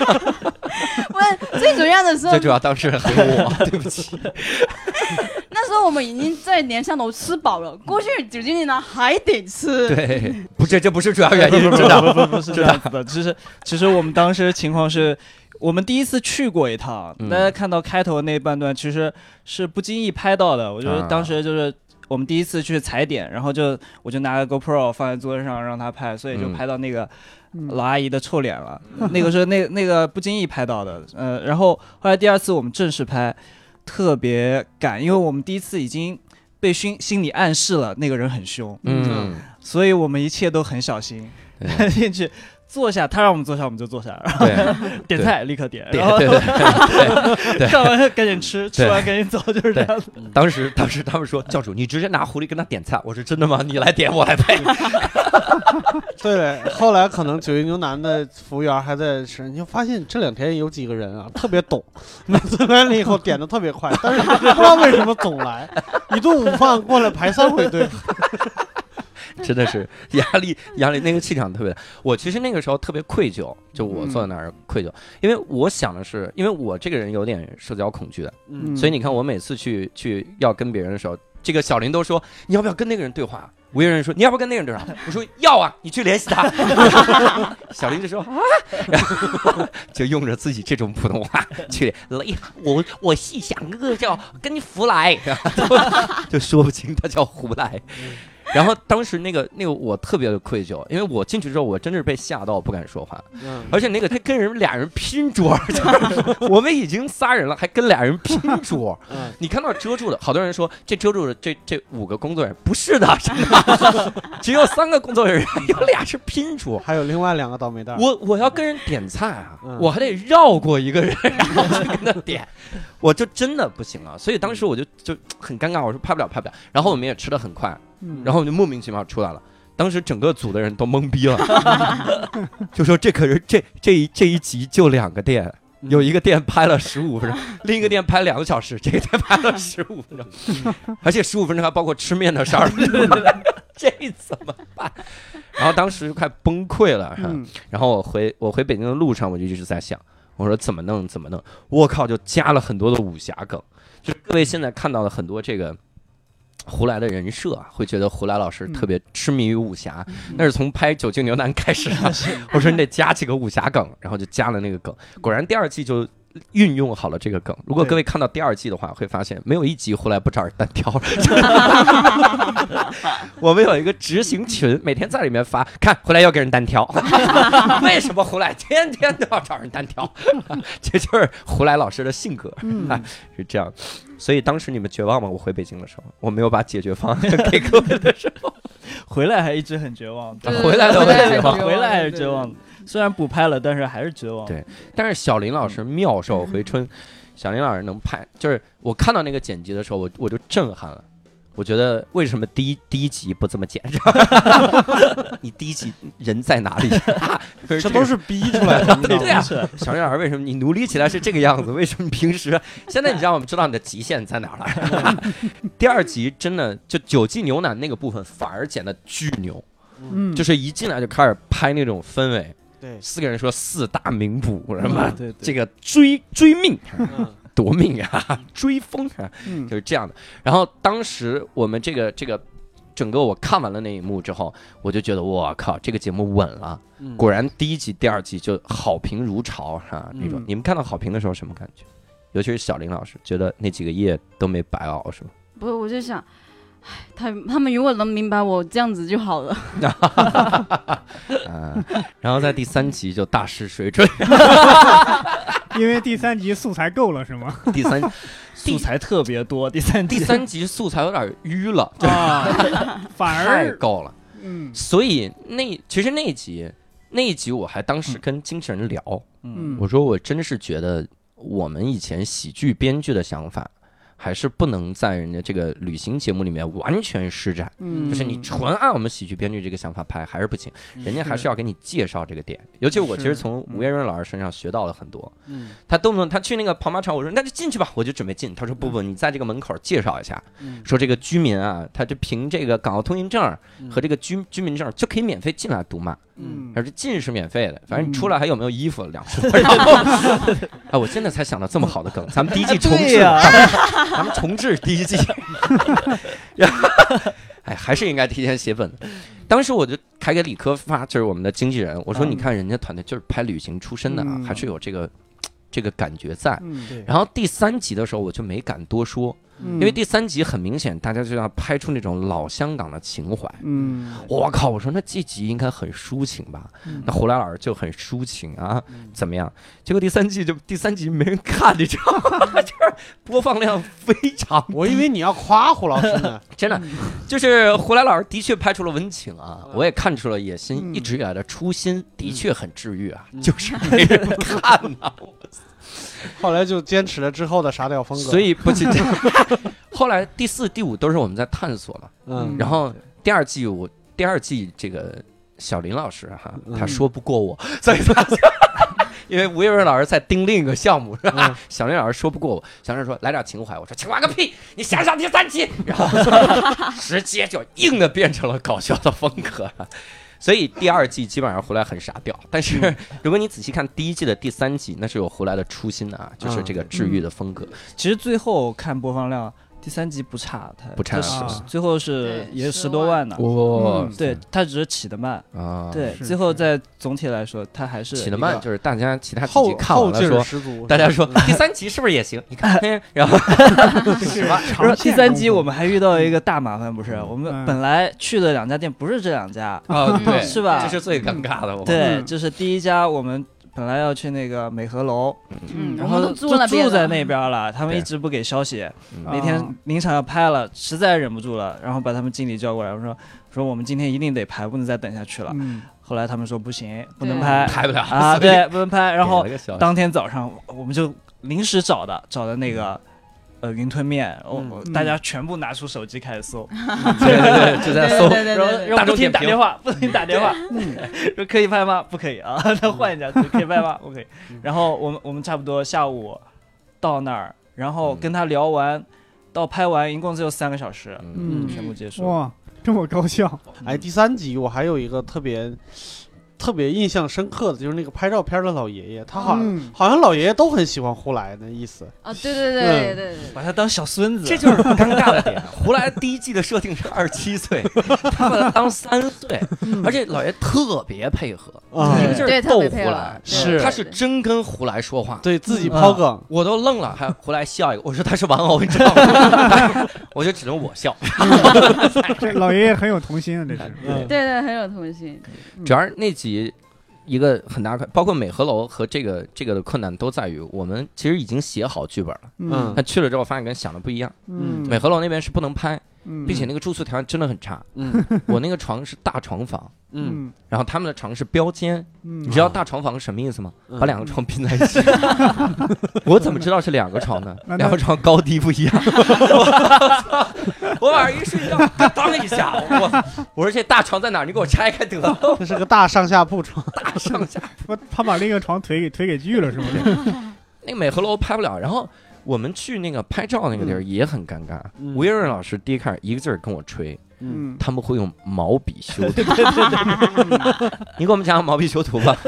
最主要的是， 最主要当事人还有我，对不起。 那时候我们已经在莲香楼吃饱了，过去九记牛腩还得吃。 对，这不是主要原因，真的不是这样子的。其实我们当时情况是。我们第一次去过一趟，大家看到开头那半段其实是不经意拍到的。我觉得当时就是我们第一次去踩点，然后我就拿个 GoPro 放在桌子上让他拍，所以就拍到那个老阿姨的臭脸了。那个是那个不经意拍到的。然后后来第二次我们正式拍，特别赶，因为我们第一次已经被心理暗示了那个人很凶，所以我们一切都很小心进去。坐下，他让我们坐下，我们就坐下。对，点菜立刻点，然后看完赶紧吃，吃完赶紧走，就是这样子。 当时他们说，教主你直接拿狐狸跟他点菜，我说真的吗？你来点，我来配。 对，后来可能九记牛腩的服务员还在吃，你就发现这2天有几个人啊，特别懂，每次来了以后点的特别快，但是不知道为什么总来，一顿午饭过来排3回队。 真的是压力，那个气场特别大。我其实那个时候特别愧疚，就我坐在那儿愧疚，因为我想的是，因为我这个人有点社交恐惧的，所以你看我每次去要跟别人的时候，这个小林都说你要不要跟那个人对话，吴嫣人说你要不要跟那个人对话，我说要啊，你去联系他。小林就说啊，然后就用着自己这种普通话去我细想个叫跟你胡来，就说不清他叫胡来。然后当时那个我特别的愧疚，因为我进去之后我真的是被吓到不敢说话，而且那个他跟俩人拼桌，我们已经3人了还跟俩人拼桌，你看到遮住的，好多人说这遮住的这5个工作人员不是的，真的只有3个工作人员，有俩是拼桌， 还有另外2个倒霉蛋。 我要跟人点菜啊，我还得绕过一个人然后去跟他点，我就真的不行了，所以当时我就很尴尬，我说拍不了，然后我们也吃得很快。然后我就莫名其妙出来了，当时整个组的人都懵逼了，就说这可是这一集就2个店，有一个店拍了15分钟，另一个店拍2个小时，这个店拍了15分钟，而且15分钟还包括吃面的事儿，这怎么办？然后当时快崩溃了，然后我回北京的路上我就一直在想，我说怎么弄，我靠，就加了很多的武侠梗，就是各位现在看到的很多这个胡来的人设会觉得胡来老师特别痴迷于武侠，那是从拍《九镜牛腩》开始的。我说你得加几个武侠梗，然后就加了那个梗。果然第2季就运用好了这个梗。如果各位看到第2季的话，会发现没有一集胡来不找人单挑。我们有一个执行群，每天在里面发，看胡来要跟人单挑。为什么胡来天天都要找人单挑？这就是胡来老师的性格，是这样。所以当时你们绝望吗？我回北京的时候，我没有把解决方案给各位的时候， 回来还一直很绝望。 回来都很绝望， 回来还是绝望。虽然补拍了，但是还是绝望。 对，但是小林老师妙手回春，小林老师能拍，就是我看到那个剪辑的时候，我就震撼了。我觉得为什么第一集不这么剪？你第1集人在哪里？ 这都是逼出来的。 对呀，小林老师为什么你努力起来是这个样子？为什么平时现在你让我们知道你的极限在哪儿了？第2集真的就9季牛腩那个部分反而剪得巨牛，就是一进来就开始拍那种氛围。 对 ，4个人说4大名捕什么，这个追命。夺命啊，追风啊，就是这样的。然后当时我们这个整个我看完了那一幕之后，我就觉得我靠，这个节目稳了。果然第1集、第2集就好评如潮啊那种。你们看到好评的时候什么感觉？尤其是小林老师，觉得那几个夜都没白熬是吗？ 不，我就想，他们如果能明白我这样子就好了。 然后在第3集就大失水准。 因为第3集素材够了是吗？ 素材特别多，第三集素材有点淤了反而太够了。所以其实那一集我还当时跟经纪人聊，我说我真是觉得我们以前喜剧编剧的想法还是不能在人家这个旅行节目里面完全施展，就是你纯按我们喜剧编剧这个想法拍还是不行，人家还是要给你介绍这个点。尤其我其实从吴彦润老师身上学到了很多，他动不动他去那个跑马场，我说那就进去吧，我就准备进，他说不，你在这个门口介绍一下，说这个居民啊，他就凭这个港澳通行证和这个居民证就可以免费进来读嘛。他说进是免费的，反正你出来还有没有衣服2说。我现在才想到这么好的梗，咱们第1季重置，咱们重置第1季。还是应该提前写本。当时我就还给李科发，就是我们的经纪人，我说你看人家团队就是拍旅行出身的啊，还是有这个感觉在。然后第3集的时候我就没敢多说。因为第3集很明显大家就要拍出那种老香港的情怀。我靠，我说那这集应该很抒情吧，那胡来老师就很抒情啊，怎么样？结果第三集没人看，你知道吗？就是播放量非常低。 我以为你要夸胡老师呢。 真的就是胡来老师的确拍出了温情啊，我也看出了野心一直以来的初心的确很治愈啊，就是没人看啊。 后来就坚持了之后的沙雕风格， 所以不仅后来第4、第5都是我们在探索了。然后第二季这个小林老师哈，他说不过我，所以他因为吴彦润老师在盯另一个项目是吧？小林老师说不过我，小林说来点情怀，我说情怀个屁，你想想第3集，然后直接就硬的变成了搞笑的风格。所以第2季基本上胡来很傻屌，但是如果你仔细看第1季的第3集，那是有胡来的初心的啊，就是这个治愈的风格。 其实最后看播放量，第3集不差， 不差， 最后是也10多万呢。对，他只是起得慢啊。对，最后在总体来说，他还是起得慢，就是大家其他几集看完了说，大家说第3集是不是也行？你看，然后第3集我们还遇到一个大麻烦，不是？我们本来去的2家店不是这2家啊，对， 是吧？ 这是最尴尬的。 对，就是第1家我们本来要去那个美和楼，然后就住在那边了，他们一直不给消息。那天临场要拍了，实在忍不住了，然后把他们经理叫过来，我说我们今天一定得拍，不能再等下去了。后来他们说不行，不能拍不了啊，对，不能拍。然后当天早上我们就临时找的那个。云吞面，大家全部拿出手机开始搜， 对，就在搜， 然后不停打电话，说可以拍吗？不可以啊，那换一家，可以拍吗？不可以。然后我们差不多下午到那儿，然后跟他聊完，到拍完一共只有3个小时，全部结束。 哇，这么高效！ 哎，第3集我还有一个特别特别印象深刻的就是那个拍照片的老爷爷，他好像老爷爷都很喜欢胡来的意思啊，对， 把他当小孙子， 这就是尴尬的点。胡来第一季的设定是27岁，他把他当3岁，而且老爷特别配合，一个劲儿逗胡来，他是真跟胡来说话， 对自己抛梗， 我都愣了，还胡来笑一个，我说他是玩偶，你知道吗？我就只能我笑。 这老爷爷很有童心啊，这是。 对，很有童心。 主要是那集一个很大包括美和楼和这个的困难都在于我们其实已经写好剧本了，但去了之后发现跟想的不一样。美和楼那边是不能拍，并且那个住宿条件真的很差。我那个床是大床房，然后他们的床是标间。你知道大床房是什么意思吗？把2个床拼在一起。我怎么知道是2个床呢？2个床高低不一样。我晚上一睡觉，当一下，我说这大床在哪儿？你给我拆开得了。 这是个大上下铺床， 大上下铺。 他把那个床腿给锯了是吗？ 那个美和楼拍不了，然后我们去那个拍照那个地儿也很尴尬。吴业润老师第一开始一个劲儿跟我吹。他们会用毛笔修图。你给我们讲讲毛笔修图吧。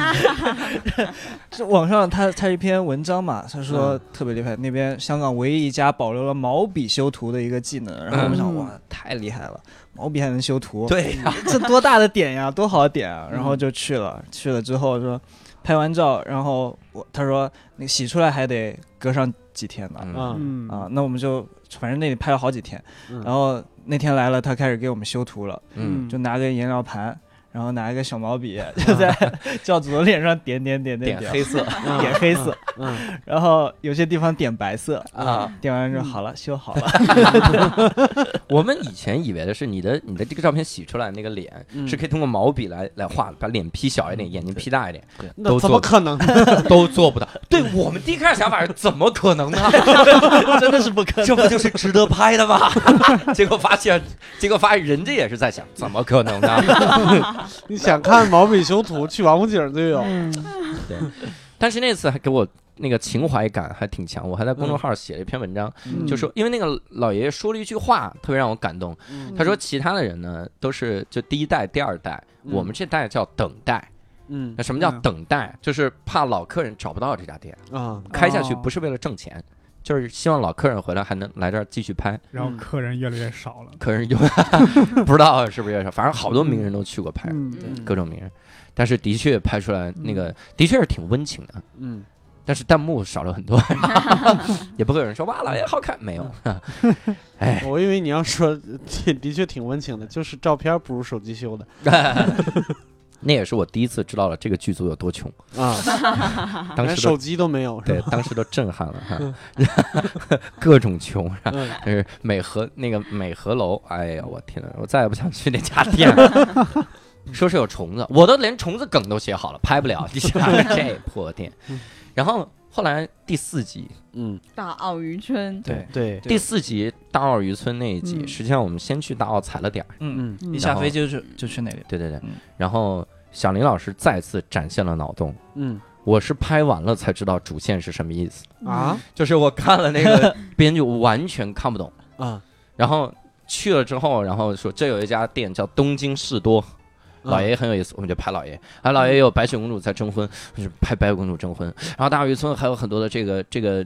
这网上他一篇文章嘛，他说特别厉害，那边香港唯一一家保留了毛笔修图的一个技能。然后我们想，哇，太厉害了，毛笔还能修图， 对呀， 这多大的点呀，多好的点啊！然后就去了之后说拍完照，然后他说那个洗出来还得隔上几天呢。那我们就反正那里拍了好几天，然后那天来了，他开始给我们修图了，就拿个颜料盘，然后拿一个小毛笔，就在教主的脸上点黑色， 点黑色，然后有些地方点白色啊，点完之后好了，修好了。 我们以前以为的是你的这个照片洗出来那个脸是可以通过毛笔来画，把脸 P 小一点，眼睛 P 大一点， 那怎么可能？ 都做不到。对，我们第一开始想法是怎么可能呢？ 真的是不可能， 这不就是值得拍的吗？结果发现人家也是在想，怎么可能呢？ 你想看毛笔修图，去王府井就有。 对，但是那次还给我那个情怀感还挺强，我还在公众号写了一篇文章，就说因为那个老爷爷说了一句话特别让我感动，他说其他的人呢都是就第一代第二代，我们这代叫等待。那什么叫等待？就是怕老客人找不到这家店啊，开下去不是为了挣钱，就是希望老客人回来还能来这儿继续拍。 然后客人越来越少了， 客人不知道是不是越少，反正好多名人都去过拍，各种名人，但是的确拍出来那个的确是挺温情的，但是弹幕少了很多，也不会有人说哇老爷好看，没有。哎， 我以为你要说的确挺温情的，就是照片不如手机修的。 那也是我第一次知道了这个剧组有多穷啊！当时手机都没有， 对，当时都震撼了哈，各种穷，就是美和楼，哎呀，我天哪，我再也不想去那家店了。说是有虫子，我都连虫子梗都写好了，拍不了，这破店。然后后来第4集， 大澳渔村， 对，第4集大澳渔村那一集，实际上我们先去大澳踩了点儿， 一下飞就去那里， 对，然后小林老师再次展现了脑洞，我是拍完了才知道主线是什么意思啊，就是我看了那个编剧完全看不懂啊，然后去了之后，然后说这有一家店叫东京士多。老爷爷很有意思，我们就拍老爷，还有老爷爷有白雪公主在征婚，就是拍白雪公主征婚。然后大澳渔村还有很多的这个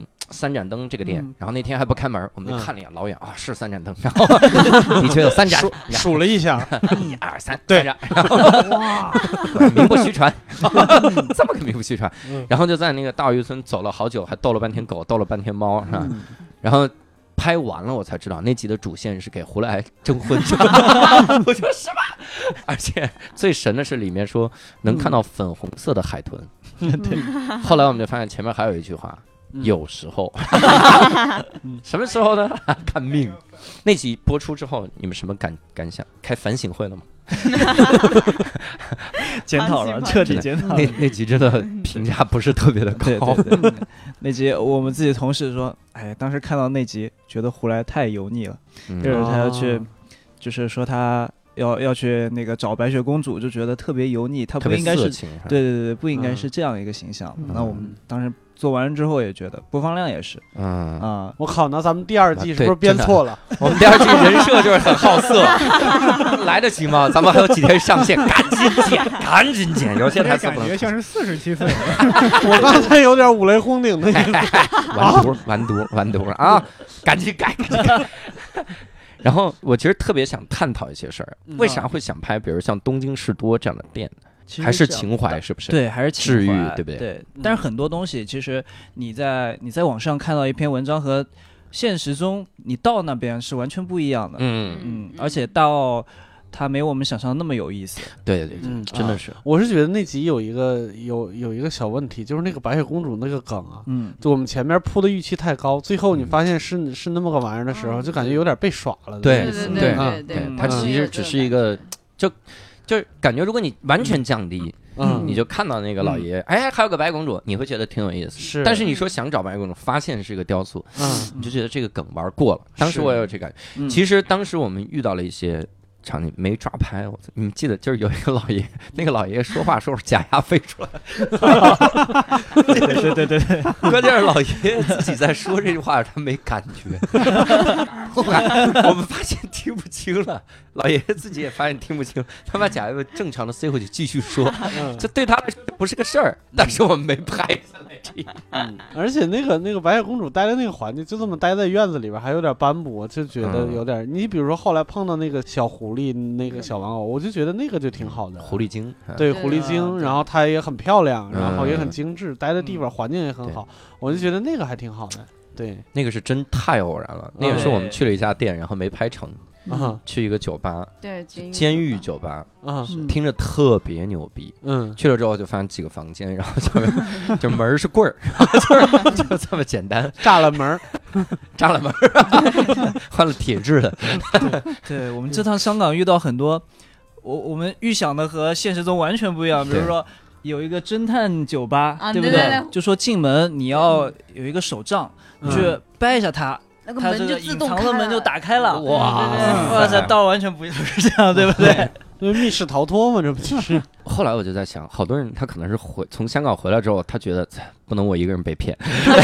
3盏灯这个店，然后那天还不开门，我们就看了一眼，老远啊是3盏灯，然后的确有3盏， 数了一下 ，1、2、3，对，然后哇，名不虚传，这么个名不虚传。然后就在那个大澳渔村走了好久，还逗了半天狗，逗了半天猫，是吧？然后拍完了我才知道那集的主线是给胡来征婚。我说什么？而且最神的是里面说能看到粉红色的海豚。对，后来我们就发现前面还有一句话，有时候。什么时候呢？看命。那集播出之后你们什么感想？开反省会了吗？ 检讨了，彻底检讨。 那集真的评价不是特别的高。 对，那集我们自己同事说，哎，当时看到那集觉得胡来太油腻了，就是他要去，就是说他要去那个找白雪公主，就觉得特别油腻，他不应该是，对，不应该是这样一个形象。那我们当时做完了之后也觉得播放量也是， 我靠，那咱们第2季是不是编错了？ 我们第2季人设就是很好色，来得及吗？咱们还有几天上线，赶紧剪，有些台词感觉像是47岁。 我刚才有点五雷轰顶的意思， 完犊啊！赶紧改。然后我其实特别想探讨一些事儿，为啥会想拍，比如像东京士多这样的店？还是情怀，是不是？ 对，还是情怀， 治愈，对不对？ 对。但是很多东西，其实你在网上看到一篇文章和现实中你到那边是完全不一样的。而且到它没我们想象的那么有意思。 对，真的是。 我是觉得那集有一个小问题，就是那个白雪公主那个梗啊，就我们前面铺的预期太高，最后你发现是那么个玩意儿的时候，就感觉有点被耍了。 对， 它其实只是一个就是感觉，如果你完全降低，你就看到那个老爷，哎，还有个白公主，你会觉得挺有意思。 是， 但是你说想找白公主，发现是个雕塑，你就觉得这个梗玩过了。当时我也有这感觉。其实当时我们遇到了一些场景没抓拍，你们记得就是有一个老爷，那个老爷说话说假牙飞出来， 对， 关键是老爷自己在说这句话，他没感觉。后来我们发现听不清了，老爷自己也发现听不清，他把假牙正常的塞回去继续说，这对他来说不是个事儿，但是我们没拍下来。 而且那个白雪公主待的那个环境，就这么待在院子里边，还有点斑驳，就觉得有点。你比如说后来碰到那个小狐狸，那个小玩偶，我就觉得那个就挺好的。 狐狸精， 对，狐狸精，然后它也很漂亮，然后也很精致，待的地方环境也很好，我就觉得那个还挺好的。对， 那个是真太偶然了。那个是我们去了一家店，然后没拍成。去一个酒吧， 对， 监狱酒吧，听着特别牛逼。去了之后就发现几个房间，然后就门是棍儿，就这么简单， 炸了门， 换了铁质的。 对，我们这趟香港遇到很多，我们预想的和现实中完全不一样。比如说有一个侦探酒吧，对不对？就说进门你要有一个手杖，你去掰一下它。 那个门就自动隐藏的门就打开了， 哇塞，倒完全不是这样，对不对？ 因为密室逃脱嘛，这不就是？ 后来我就在想，好多人他可能是从香港回来之后，他觉得不能我一个人被骗，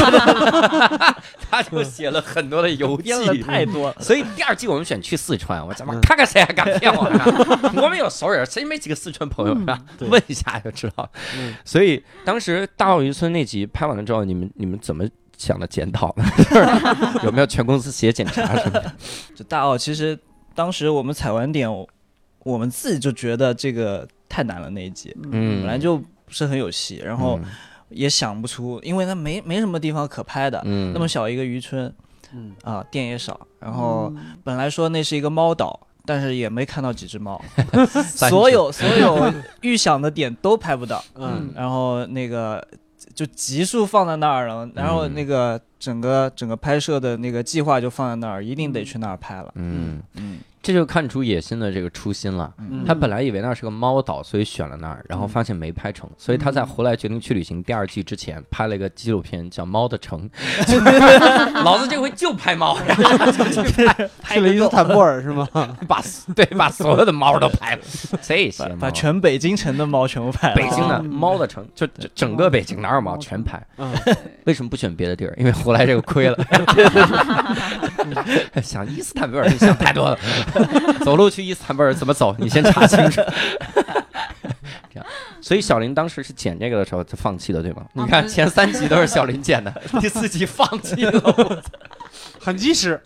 他就写了很多的游记， 编了太多。 所以第2季我们选去四川，我他妈看看谁还敢骗我呢？我们有熟人，谁没几个四川朋友是吧？问一下就知道。所以当时大澳渔村那集拍完了之后，你们怎么想的检讨呢？有没有全公司写检查什么的？ 就大澳其实当时我们踩完点，我们自己就觉得这个太难了那一集，本来就不是很有戏，然后也想不出，因为它没什么地方可拍的，那么小一个渔村，店也少，然后本来说那是一个猫岛，但是也没看到几只猫，所有预想的点都拍不到，然后那个就集数放在那儿了，然后那个整个拍摄的那个计划就放在那儿，一定得去那儿拍了。 这就看出野心的这个初心了。他本来以为那是个猫岛，所以选了那儿，然后发现没拍成，所以他在回来决定去旅行第2季之前拍了一个纪录片叫《猫的城》，老子这回就拍猫，然后就去去了伊斯坦布尔是吗？ 把所有的猫都拍了，这些把全北京城的猫全部拍了， 北京的猫的城就整个北京哪有猫全拍。为什么不选别的地儿？因为回来这个亏了。想伊斯坦布尔，你想太多了。走路去伊斯坦布尔怎么走？你先查清楚。这样，所以小林当时是剪这个的时候就放弃的，对吗？你看前3集都是小林剪的，第4集放弃了， 很及时。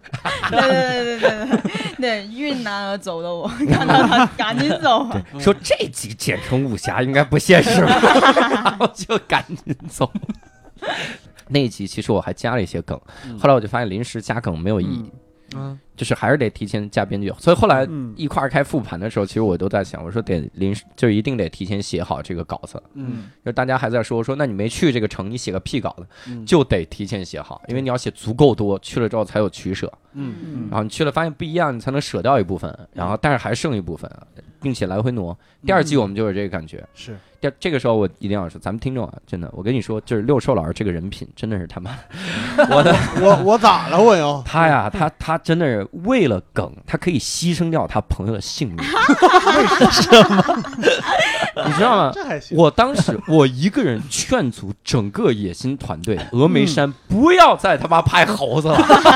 对，运难而走的我看到他赶紧走， 说这集剪成武侠应该不现实吧，然后就赶紧走。那一集其实我还加了一些梗，后来我就发现临时加梗没有意义。就是还是得提前加编剧，所以后来一块开复盘的时候，其实我都在想，我说得就一定得提前写好这个稿子。就大家还在说那你没去这个城，你写个屁稿子，就得提前写好，因为你要写足够多，去了之后才有取舍。然后你去了发现不一样，你才能舍掉一部分，然后但是还剩一部分，并且来回挪。第2季我们就有这个感觉。 是。 这个时候我一定要说，咱们听众啊，真的，我跟你说，就是六兽老师这个人品真的是他妈， 我咋了我又？ 他呀，他真的是为了梗，他可以牺牲掉他朋友的性命。 为什么？ 你知道吗？ 这还行。 我当时我一个人劝阻整个野心团队峨眉山不要再他妈拍猴子了。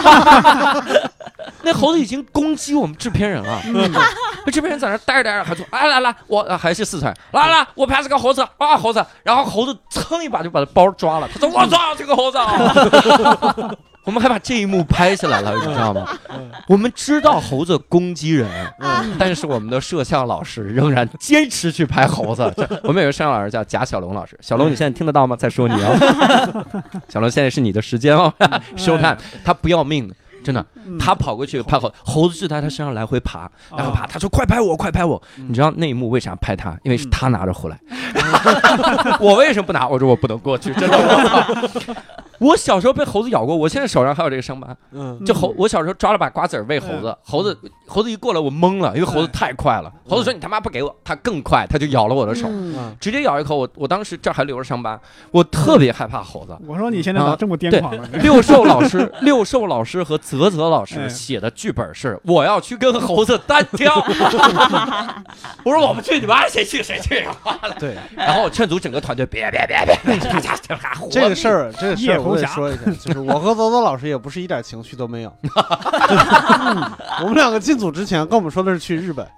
那猴子已经攻击我们制片人了，那制片人在那待着还说，来，我还是四川，来，我拍这个猴子啊猴子，然后猴子蹭一把就把他包抓了，他说我操这个猴子啊！我们还把这一幕拍下来了，你知道吗？我们知道猴子攻击人，但是我们的摄像老师仍然坚持去拍猴子。我们有个摄像老师叫贾小龙老师，小龙你现在听得到吗？在说你哦，小龙现在是你的时间哦，收看，他不要命的。真的，他跑过去拍猴子，就在他身上来回爬，然后爬。他说：“快拍我，快拍我！”你知道那一幕为啥拍他？因为是他拿着回来。我为什么不拿？我说我不能过去，真的。我小时候被猴子咬过，我现在手上还有这个伤疤。就我小时候抓了把瓜子喂猴子，猴子一过来我懵了，因为猴子太快了。猴子说：“你他妈不给我！”他更快，他就咬了我的手，直接咬一口。我当时这还留着伤疤，我特别害怕猴子。 我说你现在咋这么癫狂了？ 六兽老师和泽老师写的剧本是我要去跟猴子单挑。我说我不去，你们爱谁去谁去。 对， 然后我劝阻整个团队别， 这个事儿我得说一下，就是我和泽老师也不是一点情绪都没有。我们两个进组之前跟我们说的是去日本。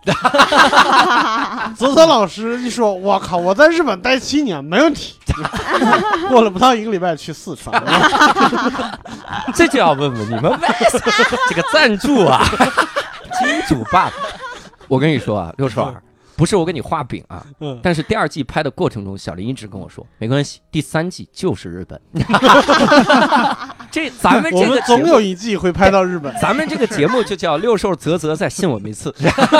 泽老师一说，我靠，我在日本待7年没问题。过了不到1个礼拜去四川。 这就要问问你们为什么这个赞助啊，金主爸爸。我跟你说啊，六叔不是我给你画饼啊，但是第2季拍的过程中，小林一直跟我说没关系，第3季就是日本。咱们这个总有一季会拍到日本， 咱们这个节目就叫六兽泽再信我们一次。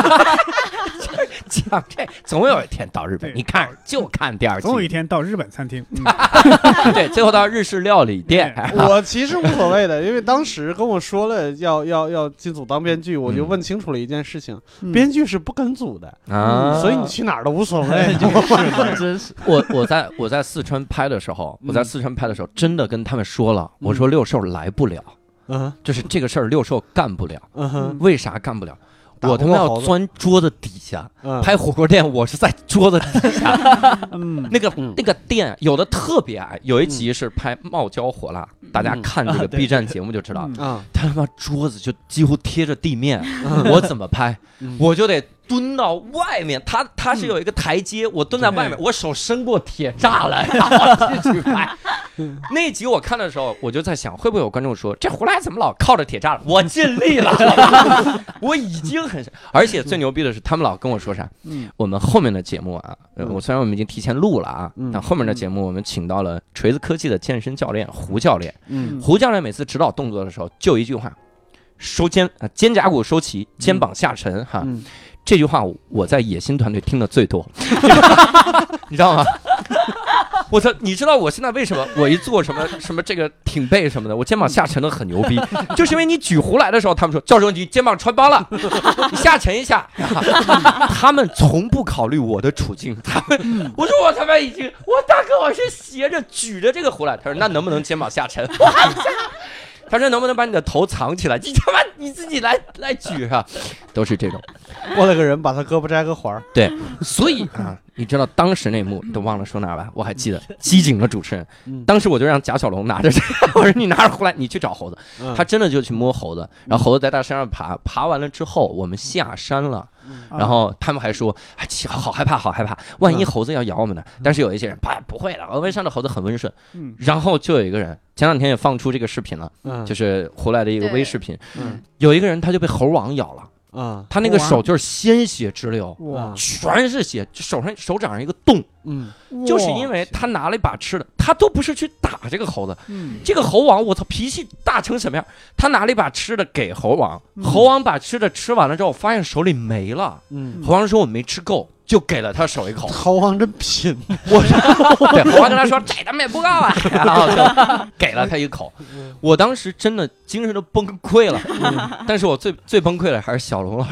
讲这总有一天到日本，你看就看第2季， 总有一天到日本餐厅。 对，最后到日式料理店。 我其实无所谓的，因为当时跟我说了要进组当编剧，我就问清楚了一件事情，编剧是不跟组的啊，所以你去哪儿都无所谓。 真是， 我在四川拍的时候，真的跟他们说了，我说六兽来不了，就是这个事儿六兽干不了，为啥干不了？我他妈要钻桌子底下拍火锅店，我是在桌子底下。那个店有的特别矮，有一集是拍冒椒火辣，大家看这个 B 站节目就知道，他妈桌子就几乎贴着地面，我怎么拍？我就得蹲到外面，他是有一个台阶，我蹲在外面，我手伸过铁栅栏，然后继续拍。那集我看的时候，我就在想，会不会有观众说，这胡来怎么老靠着铁栅栏？我尽力了，我已经很，而且最牛逼的是，他们老跟我说啥？我们后面的节目啊，我虽然我们已经提前录了啊，但后面的节目我们请到了锤子科技的健身教练胡教练。胡教练每次指导动作的时候，就一句话：收肩胛骨收齐，肩膀下沉哈。这句话我在野心团队听的最多，你知道吗？我操！你知道我现在为什么我一做什么这个挺背什么的，我肩膀下沉的很牛逼，就是因为你举壶来的时候，他们说教授你肩膀穿帮了，你下沉一下。他们从不考虑我的处境，我说我他妈已经，我大哥我是斜着举着这个壶来，他说那能不能肩膀下沉？他说能不能把你的头藏起来？你他妈你自己来举啊，都是这种。 我了个人，把他胳膊摘个环。对， 所以啊，你知道当时那幕都忘了说哪吧？我还记得机警的主持人，当时我就让贾小龙拿着这个，我说你拿着回来，你去找猴子。他真的就去摸猴子，然后猴子在他身上爬完了之后，我们下山了。然后他们还说，好害怕，好害怕，万一猴子要咬我们呢？但是有一些人，不会的，峨眉山的猴子很温顺。然后就有一个人，前2天也放出这个视频了，就是胡来的一个微视频。有一个人他就被猴王咬了。他那个手就是鲜血直流，全是血，就手掌上一个洞，就是因为他拿了一把吃的，他都不是去打这个猴子，这个猴王我操脾气大成什么样？他拿了一把吃的给猴王，猴王把吃的吃完了之后，发现手里没了，猴王说我没吃够。就给了他手一口， 猴王真拼， 对，猴王跟他说这他妈也不够啊，然后就给了他一口。我当时真的精神都崩溃了，但是我最崩溃的还是小龙老师。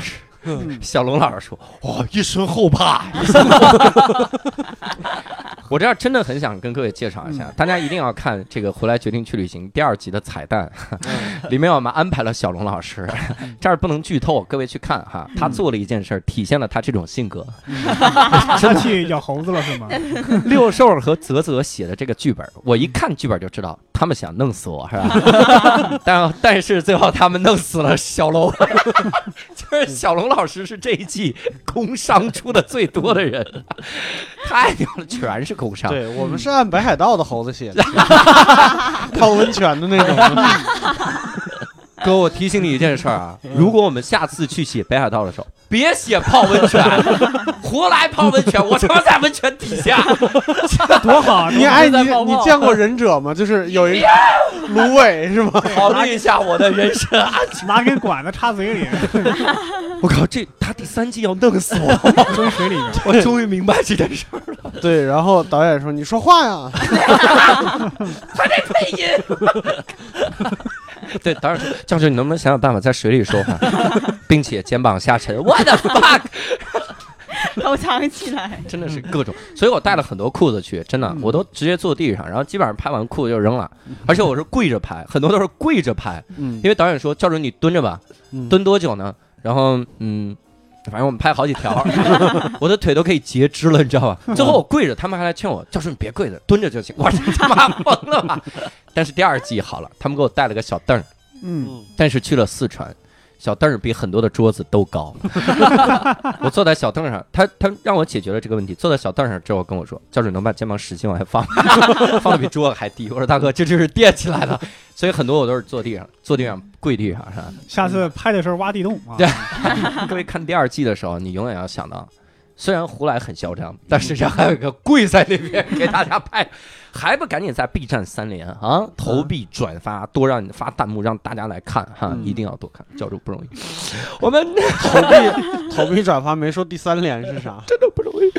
小龙老师说：“哇，一身后怕，一身后怕。”我这儿真的很想跟各位介绍一下，大家一定要看这个《回来决定去旅行》第2集的彩蛋，里面我们安排了小龙老师，这儿不能剧透，各位去看哈。他做了一件事，体现了他这种性格。 他去咬猴子了是吗？ 六兽和泽泽写的这个剧本，我一看剧本就知道他们想弄死我，是吧？但是最后他们弄死了小龙，就是小龙老师是这一季工伤出的最多的人，太牛了，全是工伤。 对，我们是按北海道的猴子写的，泡温泉的那种。 哥，我提醒你一件事啊，如果我们下次去写北海道的时候，别写泡温泉，胡来泡温泉，我他妈在温泉底下， 多好！ 你见过忍者吗？就是有一芦苇是吗？ 考虑一下我的人身安全， 拿根管子插嘴里。 我靠，他第3季要弄死我， 蹲水里面。 我终于明白这件事了。 对，然后导演说：“你说话呀， 还得配音。”对，导演说：“教授，你能不能想想办法在水里说话，并且肩膀下沉 ？What the fuck！” 头藏起来， 真的是各种，所以我带了很多裤子去，真的，我都直接坐地上，然后基本上拍完裤子就扔了，而且我是跪着拍，很多都是跪着拍，因为导演说：“教授你蹲着吧，蹲多久呢？”然后反正我们拍好几条，我的腿都可以截肢了，你知道吧？最后我跪着，他们还来劝我：“教授你别跪着，蹲着就行。”我说：“他妈疯了吧！”但是第2季好了，他们给我带了个小凳，但是去了四川。小凳比很多的桌子都高，我坐在小凳上，他让我解决了这个问题。坐在小凳上之后跟我说：“教授，你能把肩膀使劲往下放，放的比桌子还低。”我说：“大哥，这就是垫起来的。”所以很多我都是坐地上，跪地上，是吧？ 下次拍的时候挖地洞啊！ 对，各位看第2季的时候，你永远要想到，虽然胡来很嚣张，但实际上还有一个跪在那边给大家拍。还不赶紧在 B 站3连啊，投币转发，多让你发弹幕，让大家来看哈，一定要多看，教主不容易。我们投币转发没说第3连是啥， 真的不容易。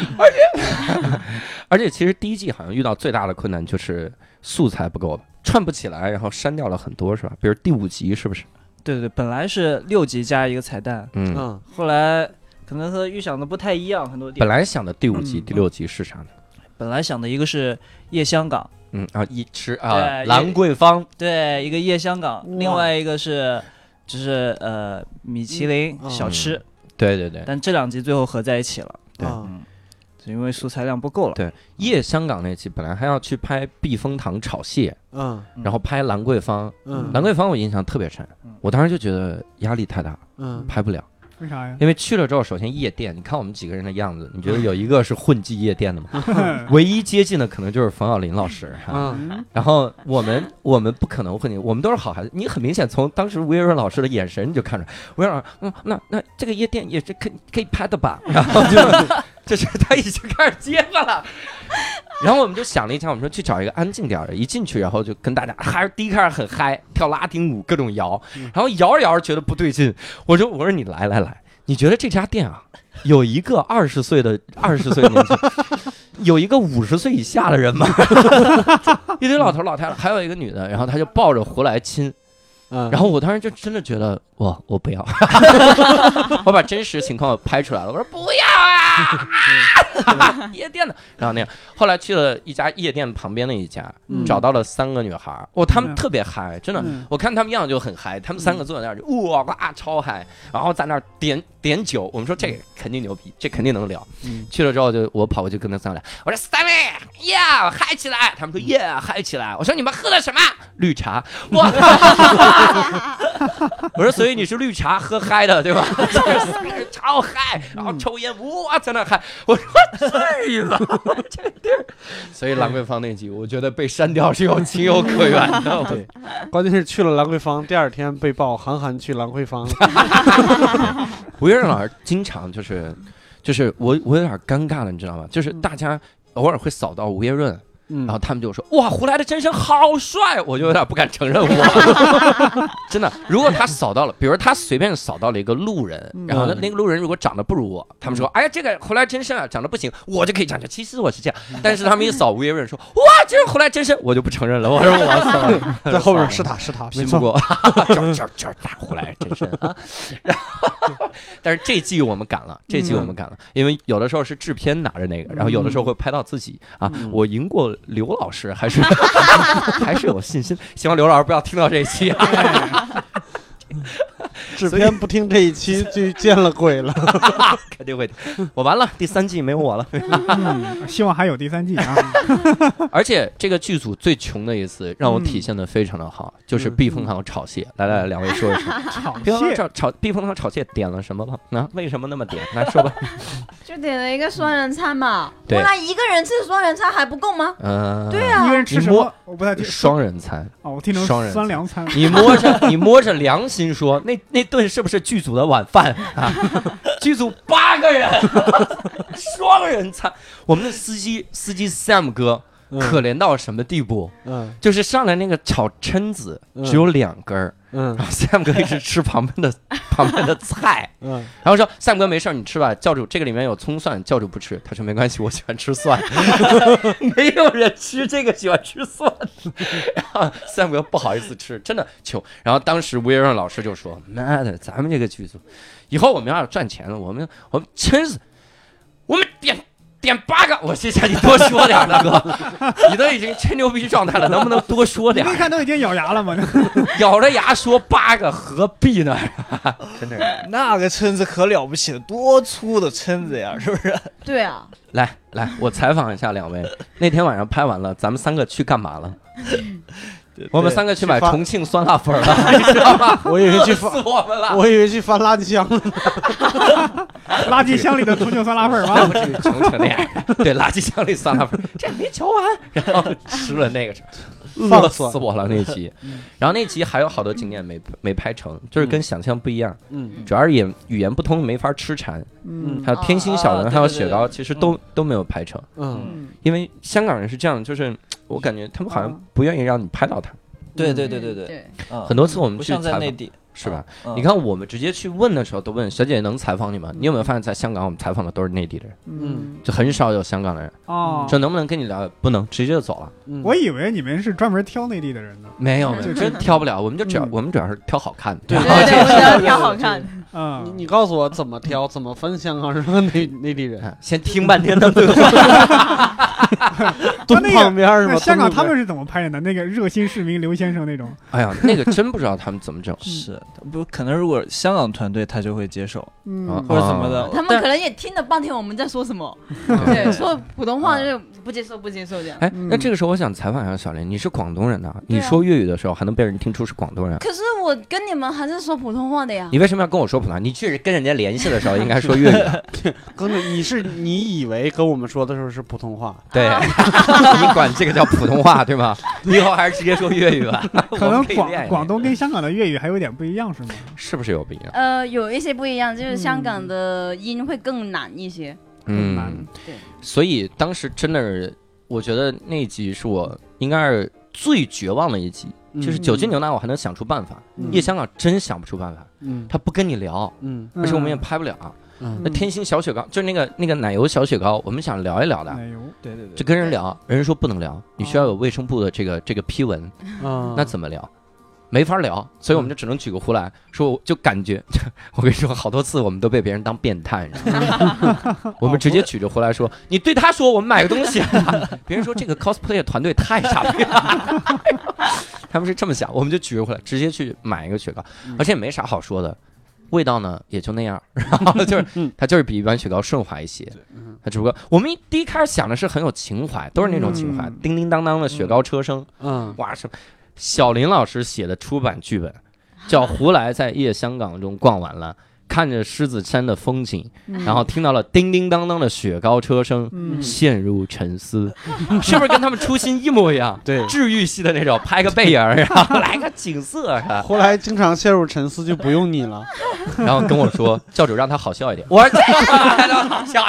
而且其实第1季好像遇到最大的困难就是素材不够了，串不起来，然后删掉了很多，是吧？比如第5集是不是？ 对，本来是6集加一个彩蛋，后来可能和预想的不太一样，很多地方。 本来想的第5集、第6集是啥呢？ 本来想的一个是夜香港， 兰桂坊， 对，一个夜香港，另外一个是就是米其林小吃， 对， 但这2集最后合在一起了，对，因为素材量不够了。 对，夜香港那期本来还要去拍避风塘炒蟹，然后拍兰桂坊，兰桂坊我印象特别深，我当时就觉得压力太大，拍不了。 为啥呀？ 因为去了之后，首先夜店，你看我们几个人的样子，你觉得有一个是混迹夜店的吗？唯一接近的可能就是冯小林老师，然后我们不可能混迹，我们都是好孩子。你很明显从当时吴业润老师的眼神你就看出来，吴业润那这个夜店也是可以拍的吧？然后就是他已经开始结巴了。然后我们就想了一下，我们说去找一个安静点的，一进去然后就跟大家还是第一开始很嗨，跳拉丁舞各种摇，然后摇着摇着觉得不对劲，我说你来，你觉得这家店啊有一个20岁的年纪，有一个50岁以下的人吗？一堆老头老太太，还有一个女的，然后她就抱着胡来亲。然后我当时就真的觉得我不要，我把真实情况拍出来了，我说不要啊，夜店的。然后那样，后来去了一家夜店旁边的一家，找到了3个女孩，他们特别嗨，真的，我看他们样就很嗨，他们3个坐在那儿就哇超嗨，然后在那儿点酒，我们说这个肯定牛逼，这肯定能聊。去了之后我跑过去跟他3个，我说3位呀嗨起来，他们说耶嗨起来，我说你们喝的什么？绿茶，我说所以你是绿茶喝嗨的对吧？就是超嗨，然后抽烟哇在那嗨，我说至于吗？这地儿，所以兰桂坊那集我觉得被删掉是有情有可原的。 对，关键是去了兰桂坊，第2天被曝韩寒去兰桂坊。 吴业润老师经常就是我有点尴尬了，你知道吗？就是大家偶尔会扫到吴业润， 然后他们就说哇，胡来的真身好帅，我就有点不敢承认我真的，如果他扫到了，比如他随便扫到了一个路人，然后那个路人如果长得不如我，他们说哎呀这个胡来真身啊长得不行，我就可以讲其实我是这样，但是他们一扫吴业润说哇这是胡来真身，我就不承认了，我说我操， 在后面是他信不过就是大胡来真身啊。然后但是这季我们赶了，因为有的时候是制片拿着那个，然后有的时候会拍到自己啊，我赢过刘老师还是有信心，希望刘老师不要听到这一期啊。 制片不听这一期就见了鬼了。 肯定会听。我完了，第3季没有我了。 希望还有第3季啊！ 而且这个剧组最穷的一次让我体现的非常的好，就是避风塘炒蟹。来，两位说一说避风塘炒蟹点了什么了？那为什么那么点？来说吧。 就点了一个双人餐嘛。 对， 后来一个人吃双人餐还不够吗？对啊， 一个人吃什么？我不太听。 双人餐。 哦，我听成酸凉餐。 你摸着良心说，那顿是不是剧组的晚饭啊？剧组8个人，双人餐。我们的司机 Sam 哥可怜到什么地步？就是上来那个炒蛏子只有2根然后 Sam 哥一直吃旁边的菜，然后说 Sam 哥没事你吃吧，教主这个里面有葱蒜，教主不吃，他说没关系，我喜欢吃蒜，没有人吃这个喜欢吃蒜，然后 Sam 哥不好意思吃，真的穷。然后当时吴业润老师就说，妈的，咱们这个剧组以后我们要赚钱了，我们真是我们点8个，我谢谢你多说点，大哥，你都已经吹牛逼状态了，能不能多说点？ 你看都已经咬牙了吗？ 咬着牙说8个，何必呢？真的是那个蛏子可了不起了，多粗的蛏子呀，是不是？ 对啊。 来，我采访一下2位，那天晚上拍完了，咱们3个去干嘛了？我们3个去买重庆酸辣粉了，你知道吗？ 我以为去翻我们了， 我以为去翻垃圾箱了。 垃圾箱里的重庆酸辣粉吗？ 不至于穷成那样。对，垃圾箱里酸辣粉，这没瞧完，然后吃了那个，饿死我了那集。然后那集还有好多景点没拍成，就是跟想象不一样。主要是语言不通，没法吃馋。还有天星小人，还有雪糕，其实都没有拍成。因为香港人是这样，就是我感觉他们好像不愿意让你拍到他。 对， 很多次我们去不像在内地。 是吧？你看我们直接去问的时候都问小姐能采访你吗？你有没有发现在香港我们采访的都是内地的人，就很少有香港的人。说能不能跟你聊？不能，直接就走了。 我以为你们是专门挑内地的人呢。 没有，真挑不了。我们主要是挑好看的。 对，我主要挑好看。 你告诉我怎么挑，怎么分香港人和内地人？ 先听半天的对话。 蹲旁边是吗？ 香港他们是怎么拍的？那个热心市民刘先生那种。 哎呀，那个真不知道他们怎么整。 是不可能？如果香港团队他就会接受，或者怎么的， 他们可能也听了半天我们在说什么，对，说普通话就不接受这样。 哎，那这个时候我想采访一下小林，你是广东人呐，你说粤语的时候还能被人听出是广东人？ 可是我跟你们还是说普通话的呀。 你为什么要跟我说普通话？你去跟人家联系的时候应该说粤语。 你以为跟我们说的时候是普通话？ 对，你管这个叫普通话对吗？以后还是直接说粤语吧。 可能广东跟香港的粤语还有点不一样是吗？ 是不是有不一样？ 有一些不一样，就是香港的音会更难一些。 对。所以当时真的是，我觉得那一集是我应该是最绝望的一集。就是酒精牛奶我还能想出办法，夜香港真想不出办法。他不跟你聊，而且我们也拍不了。那天星小雪糕就是那个奶油小雪糕，我们想聊一聊的， 奶油， 对， 就跟人聊，人说不能聊，你需要有卫生部的这个批文，那怎么聊？没法聊，所以我们就只能举个胡来说，就感觉，我跟你说，好多次我们都被别人当变态，你知道吗？我们直接举着胡来说，你对他说我们买个东西，别人说这个 cosplay 团队太傻逼了，他们是这么想，我们就举着胡来直接去买一个雪糕，而且也没啥好说的。味道呢也就那样，然后就是它就是比一般雪糕顺滑一些，它只不过我们第一开始想的是很有情怀，都是那种情怀，叮叮当当的雪糕车声，哇什么小林老师写的出版剧本，叫《胡来在夜香港中逛完了》，看着狮子山的风景，然后听到了叮叮当当的雪糕车声，陷入沉思，是不是跟他们初心一模一样？ 对， 治愈系的那种，拍个背影，然后来个景色， 后来经常陷入沉思，就不用你了。 然后跟我说，教主让他好笑一点，我说让他好笑一点。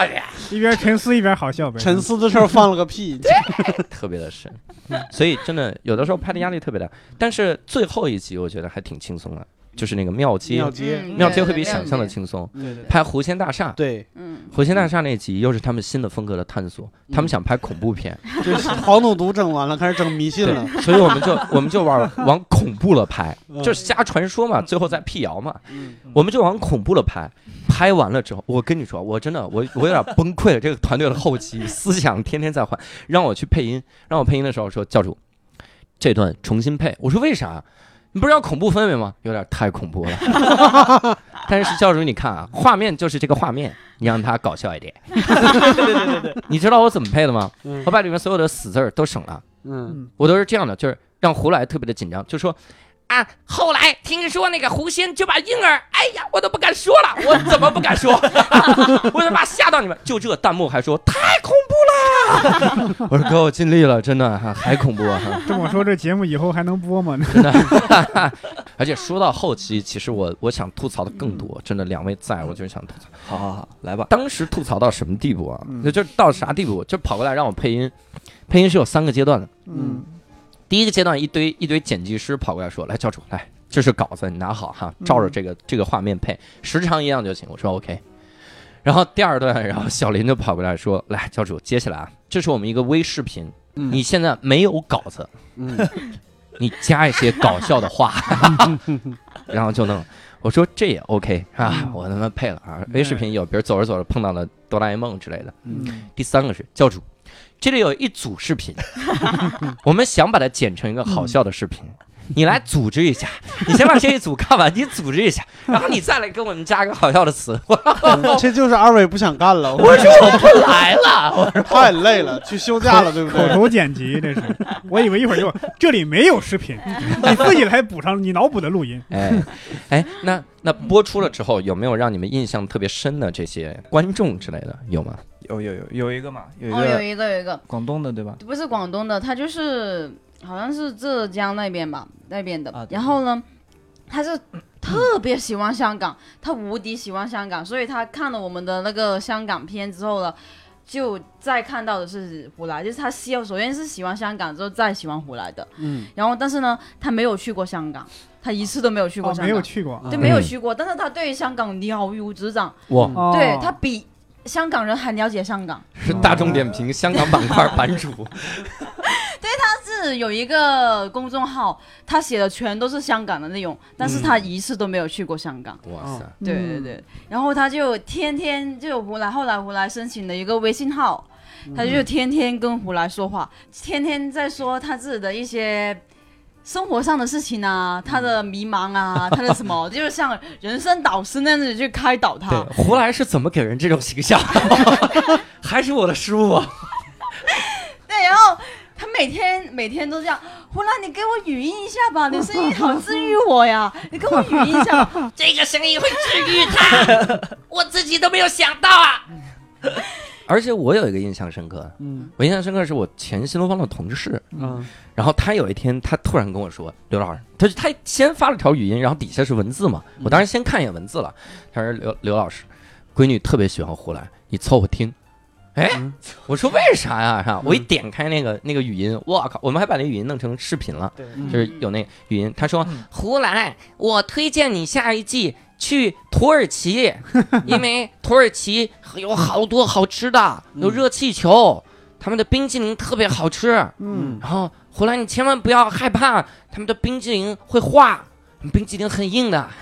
一边沉思一边好笑呗。 沉思的时候放了个屁， 特别的深。所以真的有的时候拍的压力特别大，但是最后一集我觉得还挺轻松的。就是那个庙街会比想象的轻松。拍狐仙大厦， 对， 狐仙大厦那集又是他们新的风格的探索，他们想拍恐怖片， 就是黄赌毒整完了，开始整迷信了， 所以我们就往恐怖了拍，就是瞎传说嘛，最后再辟谣嘛，我们就往恐怖了拍。拍完了之后，我跟你说，我真的我有点崩溃了。这个团队的后期思想天天在换，让我去配音，让我配音的时候说教主，这段重新配。我说为啥？你不是要恐怖氛围吗？有点太恐怖了。但是教主，你看啊，画面就是这个画面，你让它搞笑一点。对，你知道我怎么配的吗？我把里面所有的死字都省了。我都是这样的，就是让胡来特别的紧张，就说啊，后来听说那个狐仙就把婴儿，哎呀，我都不敢说了，我怎么不敢说？我就把吓到你们。就这弹幕还说太恐怖了。我说哥，我尽力了，真的还恐怖啊！ 这么说，这节目以后还能播吗？ 真的。而且说到后期，其实我想吐槽的更多，真的，两位在，我就是想吐槽。 好，来吧。 当时吐槽到什么地步啊？就到啥地步？就跑过来让我配音，配音是有3个阶段的。第一个阶段，一堆剪辑师跑过来说：“来，教主，来，这是稿子，你拿好哈，照着这个画面配，时长一样就行。”我说 OK。然后第二段，然后小林就跑过来说：“来，教主，接下来啊，这是我们一个微视频，你现在没有稿子，你加一些搞笑的话，然后就弄。”我说这也 OK 啊，我他妈配了啊！微视频有，比如走着走着碰到了哆啦 A 梦之类的。第3个是教主，这里有一组视频，我们想把它剪成一个好笑的视频。你来组织一下，你先把这一组看完，你组织一下，然后你再来给我们加个好笑的词。 这就是二位不想干了。 我说我不来了，我说太累了，去休假了，对不对？ 口头剪辑这是，我以为一会儿就这里没有视频，你自己来补上你脑补的录音。 哎，那播出了之后，有没有让你们印象特别深的这些观众之类的，有吗？ 有一个嘛，有一个广东的对吧？ 不是广东的，他就是好像是浙江那边吧，那边的。然后呢，他是特别喜欢香港，他无敌喜欢香港，所以他看了我们的那个香港片之后呢，就再看到的是胡来，就是他首先是喜欢香港，之后再喜欢胡来的。然后但是呢，他没有去过香港。他一次都没有去过香港， 没有去过， 对，没有去过。但是他对香港了如指掌， 哇， 对他比香港人还了解香港， 是大众点评香港板块版主。 对，他是有一个公众号，他写的全都是香港的内容，但是他一次都没有去过香港。 哇塞， 对，然后他就天天就后来胡来申请了一个微信号，他就天天跟胡来说话，天天在说他自己的一些生活上的事情啊，他的迷茫啊，他的什么，就是像人生导师那样子去开导他。 对，胡来是怎么给人这种形象？还是我的失误啊？ 对，然后他每天都这样，胡来，你给我语音一下吧，你声音好治愈我呀，你给我语音一下吧。 这个声音会治愈他，我自己都没有想到啊。而且我有一个印象深刻，我印象深刻是我前新东方的同事，然后他有一天他突然跟我说，刘老师，他先发了条语音，然后底下是文字嘛，我当时先看一眼文字了，他说刘老师，闺女特别喜欢胡来，你凑合听。哎，我说为啥呀？我一点开那个语音，我靠，我们还把那语音弄成视频了，就是有那语音，他说胡来，我推荐你下一季去土耳其，因为土耳其有好多好吃的，有热气球，他们的冰淇淋特别好吃。然后胡来你千万不要害怕，他们的冰淇淋会化。冰淇淋很硬的，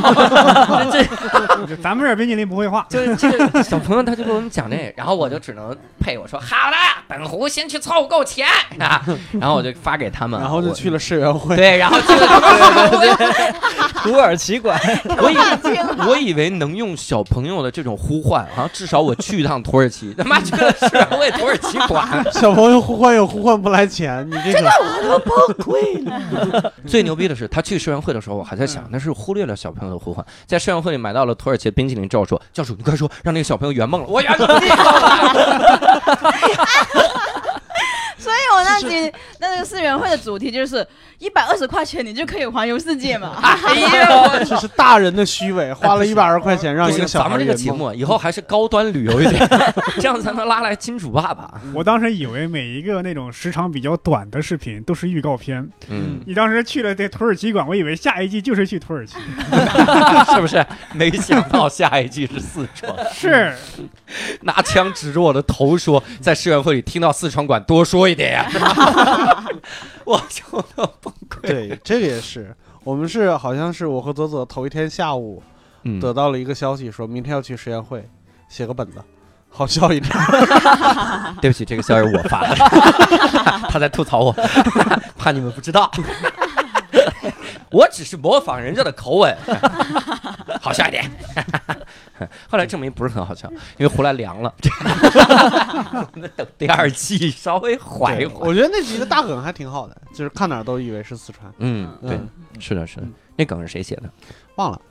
咱们这儿冰淇淋不会化。 就是这个小朋友他就跟我们讲这，然后我就只能配我说好的，本湖先去凑够钱啊，然后我就发给他们， 然后就去了世园会， 对，然后去了土耳其馆， 我以为能用小朋友的这种呼唤，好像至少我去一趟土耳其，他妈去了世园会土耳其馆， 小朋友呼唤有呼唤不来钱，你这个真的我都崩溃了。最牛逼的是他去世园会的时候，我还在想，那是忽略了小朋友的呼唤。在世园会里买到了土耳其的冰淇淋之后说，教主你快说，让那个小朋友圆梦了。我圆个屁！ 所以我那个世园会的主题就是120块钱你就可以环游世界嘛。 这是大人的虚伪，花了120块钱让一个小孩。 咱们这个节目以后还是高端旅游一点，这样才能拉来金主爸爸。 我当时以为每一个那种时长比较短的视频都是预告片。你当时去了这土耳其馆，我以为下一季就是去土耳其， 是不是？没想到下一季是四川， 是拿枪指着我的头说，在世园会里听到四川馆多说一点呀，我就要崩溃。 对，这个也是，我们是好像是我和泽泽头一天下午得到了一个消息，说明天要去实验会，写个本子，好笑一点。 对不起，这个消息我发的，他在吐槽我，怕你们不知道。我只是模仿人家的口吻，好笑一点。后来证明不是很好笑，因为胡来凉了。等第2季稍微缓一缓。 我觉得那集的大梗还挺好的，就是看哪儿都以为是四川。 对，是的，是的。那梗是谁写的？ 忘了。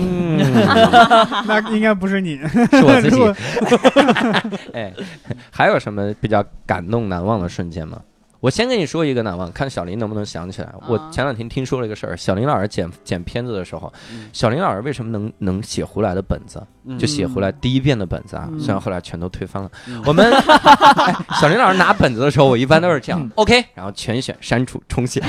那应该不是你， 是我自己。哎，还有什么比较感动难忘的瞬间吗？我先跟你说一个难忘，看小林能不能想起来。我前两天听说了一个事儿，小林老师剪片子的时候，小林老师为什么能写胡来的本子，就写胡来第一遍的本子啊？虽然后来全都推翻了。我们小林老师拿本子的时候，我一般都是这样 ，OK， 然后全选删除重写。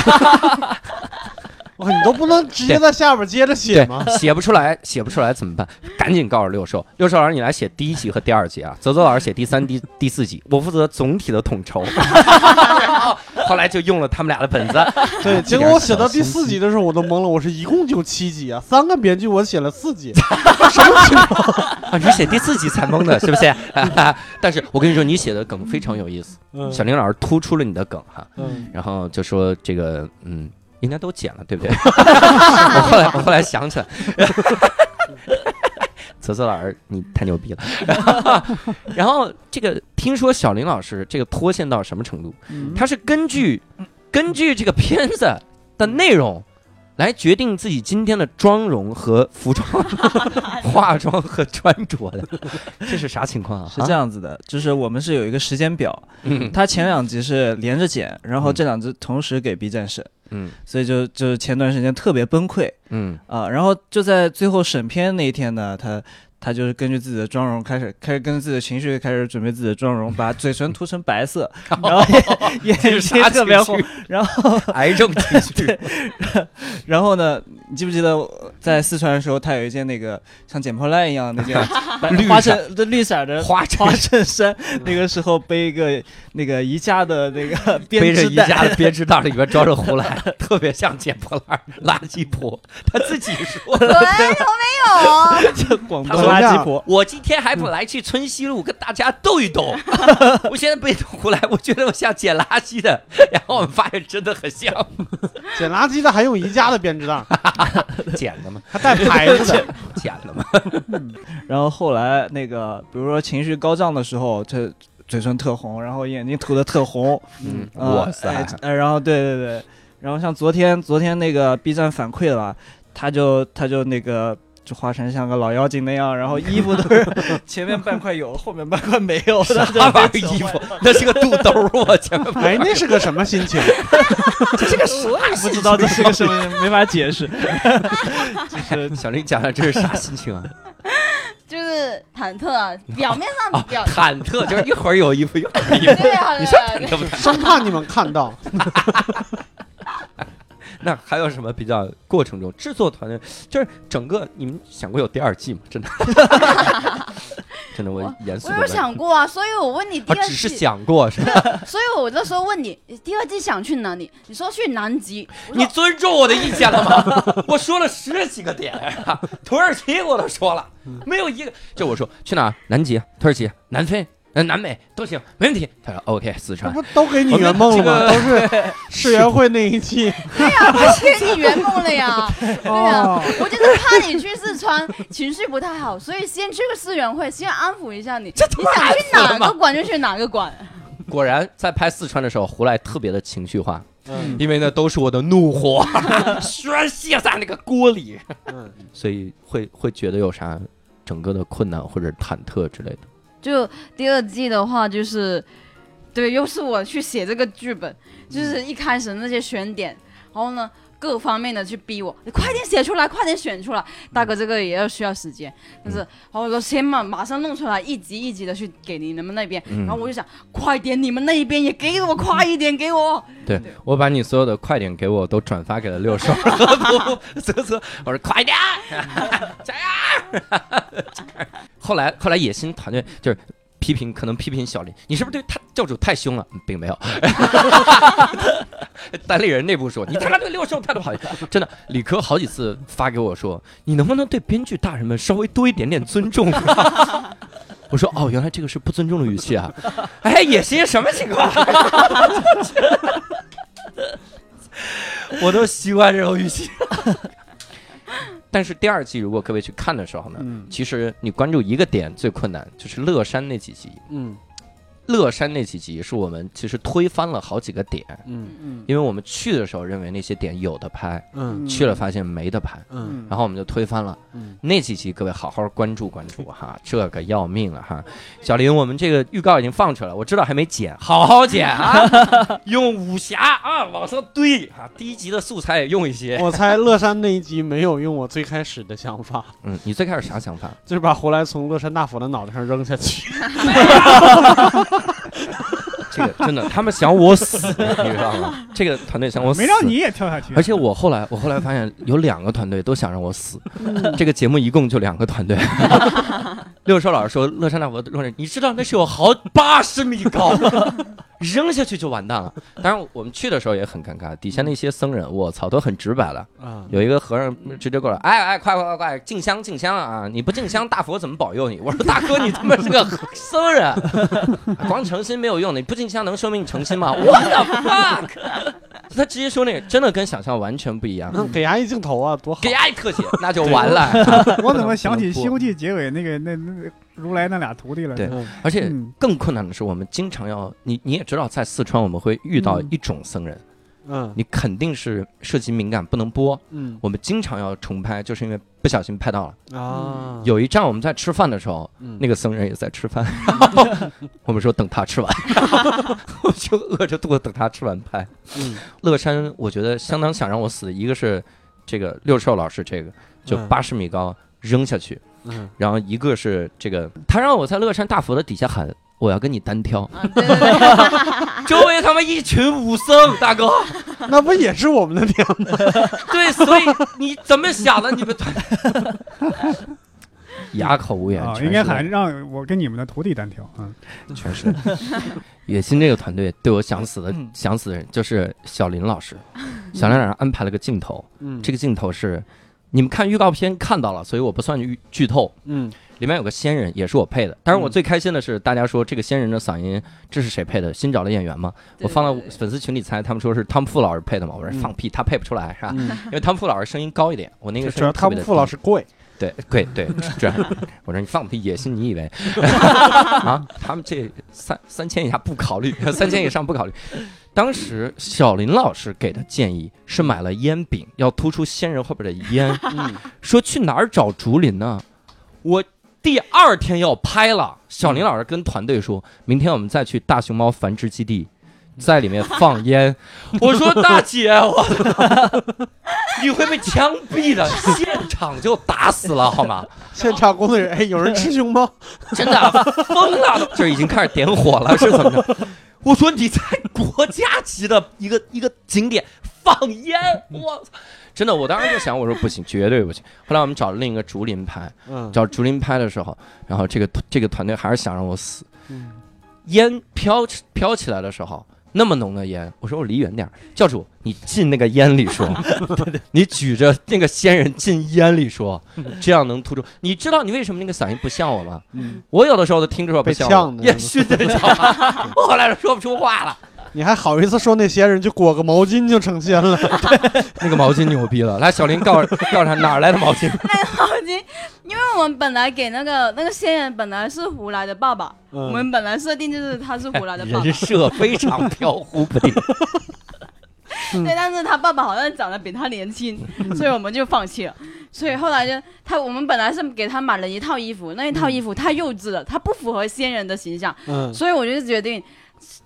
哇，你都不能直接在下边接着写吗？ 写不出来怎么办？赶紧告诉六兽老师，你来写第1集和第2集啊，泽泽老师写第3集、第4集，我负责总体的统筹。后来就用了他们俩的本子。 对，结果我写到第4集的时候，我都懵了，我是一共就7集啊，3个编剧我写了4集，什么情况啊？你写第4集才懵的，是不是？但是我跟你说，你写的梗非常有意思。小林老师突出了你的梗哈，然后就说这个应该都剪了，对不对？我后来想起来，泽泽老师你太牛逼了。然后这个听说小林老师这个脱线到什么程度？他是根据这个片子的内容来决定自己今天的妆容和服装、化妆和穿着的，这是啥情况啊？ 是这样子的，就是我们是有一个时间表，他前2集是连着剪，然后这2集同时给 B 站审。所以就前段时间特别崩溃，然后就在最后审片那一天呢，他就是根据自己的妆容开始根据自己的情绪开始准备自己的妆容，把嘴唇涂成白色，然后眼睛特别红，然后癌症情绪。 然后呢，你记不记得在四川的时候，他有一件那个像捡破烂一样的那件绿色的花衬衫，那个时候背一个那个宜家的那个编织袋， 背着宜家的编织袋里边装着胡来，特别像捡破烂垃圾婆。他自己说的， 对，有没有？ 就广东垃圾婆。 我今天还不来去春熙路跟大家斗一斗，我现在背着胡来，我觉得我像捡垃圾的，然后我们发现真的很像。 捡垃圾的还用宜家的编织袋， 捡的吗？ 还带牌子的， 捡的吗？ 然后后来那个，比如说情绪高涨的时候，这嘴唇特红，然后眼睛涂的特红， 哇塞！ 然后对，然后像昨天那个 B 站反馈的吧，他就那个。就画成像个老妖精那样，然后衣服都是前面半块有，后面半块没有的。 啥玩意衣服？那是个肚兜，我前面。 哎，那是个什么心情？ 这是个啥？ 不知道这是个什么，没法解释。 就是小林讲的这是啥心情啊？ 就是忐忑啊，表面上忐忑，就是一会儿有衣服，一会儿没衣服。 对啊， 你说忐忑不忐忑？ 生怕你们看到。 那还有什么比较过程中制作团队就是整个你们想过有第2季吗？真的，真的，我严肃的。 我有想过啊，所以我问你第2季， 只是想过是吧？ 所以我那时候问你第2季想去哪里，你说去南极， 你尊重我的意见了吗？我说了10几个点，土耳其我都说了，没有一个就我说去哪儿？南极、土耳其、南非。南美都行，没问题。他说 OK， 四川不都给你圆梦了吗？都是世园会那一期。 对呀，不是给你圆梦了呀。对呀，我就是怕你去四川情绪不太好，所以先去个世园会，先安抚一下你。你想去哪个馆就去哪个馆。 果然，在拍四川的时候，胡来特别的情绪化，因为那都是我的怒火宣泄在那个锅里，所以会觉得有啥整个的困难或者忐忑之类的。 就第2季的话，就是对，又是我去写这个剧本，就是一开始那些选点，然后呢各方面的去逼我，你快点写出来，快点选出来。大哥，这个也要需要时间，但是然后我说先马上弄出来，一集一集的去给你们那边。然后我就想，快点，你们那一边也给我快一点，给我。 对，我把你所有的快点给我都转发给了六兽，我说快点，加油！后来野心团队就是可能批评小林，你是不是对他教主太凶了？并没有。单立人内部说，你他妈对六兽态度好，真的。李科好几次发给我说，你能不能对编剧大人们稍微多一点点尊重？我说哦，原来这个是不尊重的语气啊！哎，野心什么情况？我都习惯这种语气。但是第2季如果各位去看的时候呢，其实你关注一个点最困难，就是乐山那几集。乐山那几集是我们其实推翻了好几个点，因为我们去的时候认为那些点有的拍，去了发现没得拍，然后我们就推翻了。那几集各位好好关注关注哈，这个要命了哈。小林，我们这个预告已经放出来了，我知道还没剪，好好剪啊，用武侠啊往上堆啊，第1集的素材也用一些。 我猜乐山那一集没有用我最开始的想法。 你最开始啥想法？ 就是把胡来从乐山大佛的脑袋上扔下去。 这个真的，他们想我死，你知道吗？这个团队想我死， 没让你也跳下去。 而且我后来发现有2个团队都想让我死。这个节目一共就2个团队。六兽老师说乐山大佛扔人，你知道那是有好80米高，扔下去就完蛋了。当然我们去的时候也很尴尬，底下那些僧人，我操，都很直白了。有一个和尚直接过来，哎，快，敬香啊！你不敬香，大佛怎么保佑你？我说大哥，你他妈是个僧人，光诚心没有用的，你不敬香能说明你诚心吗 ？What the fuck？ 他直接说那个真的跟想象完全不一样。 给牙一镜头啊，多好！ 给牙一特写，那就完了。 我怎么想起《西游记》结尾那如来那俩徒弟了？ 对，而且更困难的是，我们经常要你也知道，在四川我们会遇到一种僧人。你肯定是涉及敏感不能播，我们经常要重拍，就是因为不小心拍到了啊。有一站我们在吃饭的时候，那个僧人也在吃饭，我们说等他吃完，我就饿着肚子等他吃完拍。乐山我觉得相当想让我死，一个是这个六兽老师这个就80米高扔下去，然后一个是这个他让我在乐山大佛的底下喊。我要跟你单挑，周围他妈一群武僧，大哥， 那不也是我们的点吗？ 对，所以你怎么想的？你们哑口无言， 应该喊让我跟你们的徒弟单挑啊， 全是。野心这个团队对我想死的人就是小林老师，小林老师安排了个镜头，这个镜头是你们看预告片看到了，所以我不算剧透，里面有个仙人，也是我配的。当然，我最开心的是，大家说这个仙人的嗓音，这是谁配的？新找的演员吗？我放到粉丝群里猜，他们说是汤姆·傅老师配的嘛。我说放屁，他配不出来，是吧？因为汤姆·傅老师声音高一点，我那个声音汤姆·傅老师贵， 对，这我说你放屁，野心，你以为啊？他们这3000以下不考虑，3000以上不考虑。当时小林老师给的建议是买了烟饼，要突出仙人后边的烟，说去哪儿找竹林呢？我第2天要拍了，小林老师跟团队说，明天我们再去大熊猫繁殖基地，在里面放烟。我说大姐，你会被枪毙的，现场就打死了好吗？ 现场工作人员，有人吃熊猫， 真的疯了，这已经开始点火了，是怎么着？我说你在国家级的一个景点放烟，我操！真的，我当时就想，我说不行，绝对不行。后来我们找了另一个竹林拍，找竹林拍的时候，然后这个团队还是想让我死。烟飘起来的时候，那么浓的烟，我说我离远点，教主你进那个烟里说，你举着那个仙人进烟里说，这样能突出。你知道你为什么那个嗓音不像我吗？我有的时候都听着说不像我，烟熏的，你知道吗？我后来说不出话了。 你还好意思说那仙人就裹个毛巾就成仙了？ 那个毛巾牛逼了，来小林告诉他哪来的毛巾？ 那个毛巾，因为我们本来给那个仙人本来是胡来的爸爸，我们本来设定就是他是胡来的爸爸， 人设非常飘忽不定。 对，但是他爸爸好像长得比他年轻，所以我们就放弃了。所以后来就我们本来是给他买了一套衣服，那一套衣服太幼稚了，他不符合仙人的形象，所以我就决定。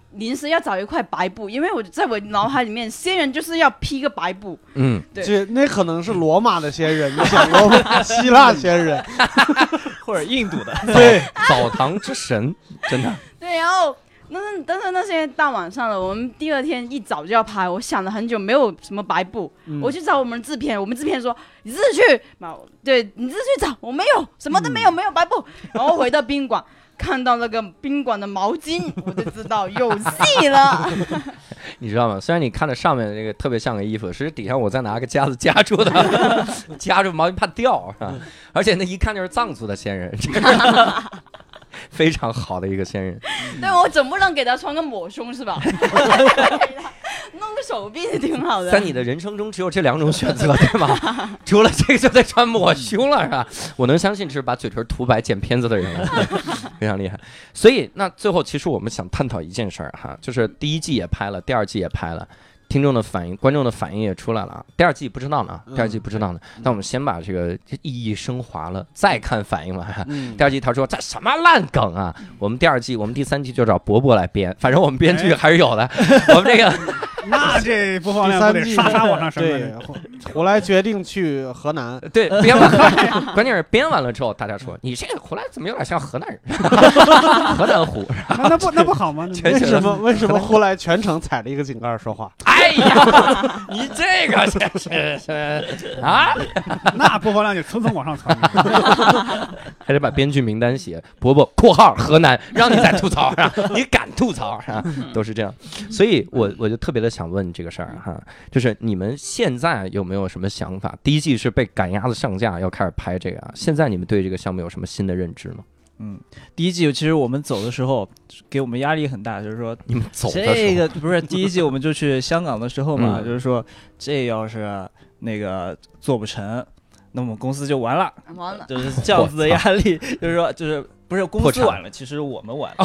临时要找一块白布，因为我在我脑海里面，仙人就是要披个白布。 对，那可能是罗马的仙人，你想罗马、希腊仙人， 或者印度的， 对， 澡堂之神，真的。 对，然后但是那些大晚上了，我们第二天一早就要拍，我想了很久，没有什么白布，我去找我们制片，我们制片说你自己去，对你自己去找，我没有，什么都没有，没有白布。然后回到宾馆。看到那个宾馆的毛巾，我就知道有戏了。 你知道吗？虽然你看着上面那个特别像个衣服，实际底下我再拿个夹子夹住的，夹住毛巾怕掉，而且那一看就是藏族的仙人，非常好的一个仙人。 对，我总不能给他穿个抹胸是吧？弄个手臂挺好的。 在你的人生中只有这2种选择，对吗？除了这个就得穿抹胸了，是吧？我能相信这是把嘴唇涂白剪片子的人了，非常厉害。所以那最后其实我们想探讨一件事儿哈，就是第1季也拍了，第2季也拍了。听众的反应，观众的反应也出来了啊。第2季不知道呢，第2季不知道呢。那我们先把这个意义升华了，再看反应了。第2季他说这什么烂梗啊！我们第2季，我们第3季就找伯伯来编，反正我们编剧还是有的。我们这个， 那这播放量得刷往上升了。 胡来决定去河南， 对，编完，关键是编完了之后，大家说你这个胡来怎么有点像河南人？河南虎， 那不好吗？ 为什么胡来全程踩着一个井盖说话？ 哎呀，你这个是啊， 那播放量就蹭蹭往上窜， 还得把编剧名单写伯伯括号河南，让你再吐槽，你敢吐槽，都是这样。所以我就特别的想问这个事儿哈，就是你们现在有没有什么想法？第1季是被赶鸭子上架要开始拍这个啊，现在你们对这个项目有什么新的认知吗？ 第1季其实我们走的时候给我们压力很大，就是说你们走的时候这个不是第1季我们就去香港的时候嘛，就是说这要是那个做不成，那我们公司就完了，就是这样子的压力，就是说就是不是公司完了，其实我们完了，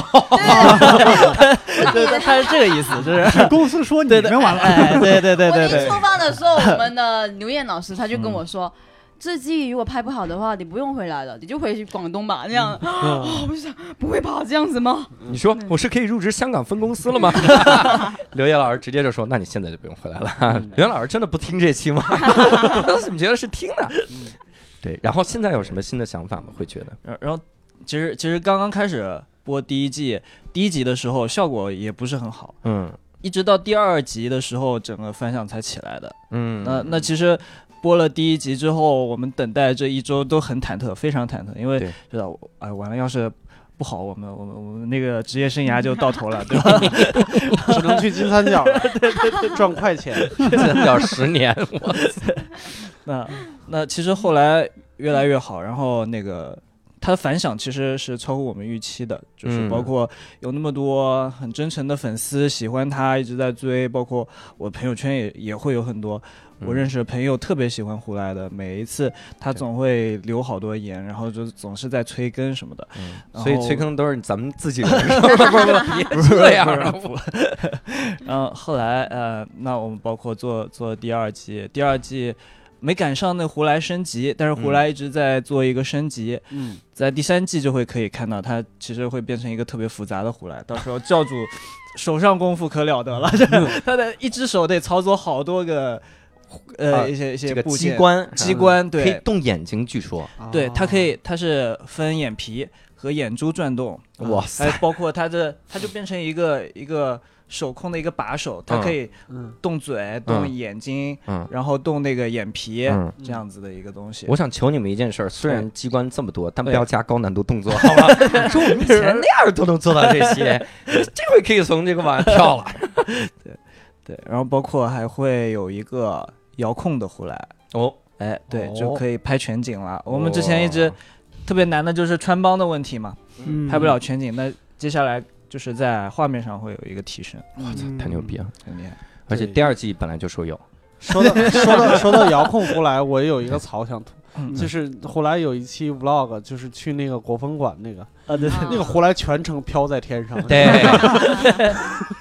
对，他是这个意思，就是公司说你们完了， 对。 我一出发的时候，我们的刘烨老师他就跟我说。这季如果拍不好的话，你不用回来了，你就回去广东吧。那样，我想不会吧？这样子吗？ 你说我是可以入职香港分公司了吗？刘烨老师直接就说：“那你现在就不用回来了。”刘烨老师真的不听这期吗？我怎么觉得是听的？对。然后现在有什么新的想法吗？会觉得？ 然后其实刚刚开始播第1集的时候，效果也不是很好。一直到第2集的时候，整个反响才起来的。那其实。播了第1集之后，我们等待这1周都很忐忑，非常忐忑，因为知道完了，要是不好，我们那个职业生涯就到头了，对吧？ 只能去金三角了，对，赚快钱， 金三角10年， 那其实后来越来越好，然后那个它的反响其实是超乎我们预期的，就是包括有那么多很真诚的粉丝喜欢他，一直在追，包括我朋友圈也会有很多。我认识的朋友特别喜欢胡来的，每一次他总会留好多言，然后就总是在催更什么的。 所以催更都是咱们自己人，不是这样。 然后后来那我们包括做第2季没赶上那胡来升级，但是胡来一直在做一个升级。在第3季就会可以看到他其实会变成一个特别复杂的胡来，到时候教主手上功夫可了得了，他的一只手得操作好多个。一些部件机关对， 可以动眼睛，据说对，它是分眼皮和眼珠转动， 哇塞， 还包括它就变成一个手控的一个把手，它可以动嘴、动眼睛，然后动那个眼皮，这样子的一个东西。 我想求你们一件事，虽然机关这么多，但不要加高难度动作，好吗？说我们以前那样都能做到这些，这回可以从这个往上跳了。 对，然后包括还会有一个遥控的胡来对，就可以拍全景了。我们之前一直特别难的就是穿帮的问题嘛，拍不了全景，那接下来就是在画面上会有一个提升。 哇操，太牛逼了， 很厉害！ 而且第2季本来就说有。 说到遥控胡来，我也有一个槽想吐。就是胡来有一期 vlog， 就是去那个国风馆那个，对，那个胡来全程飘在天上， 对，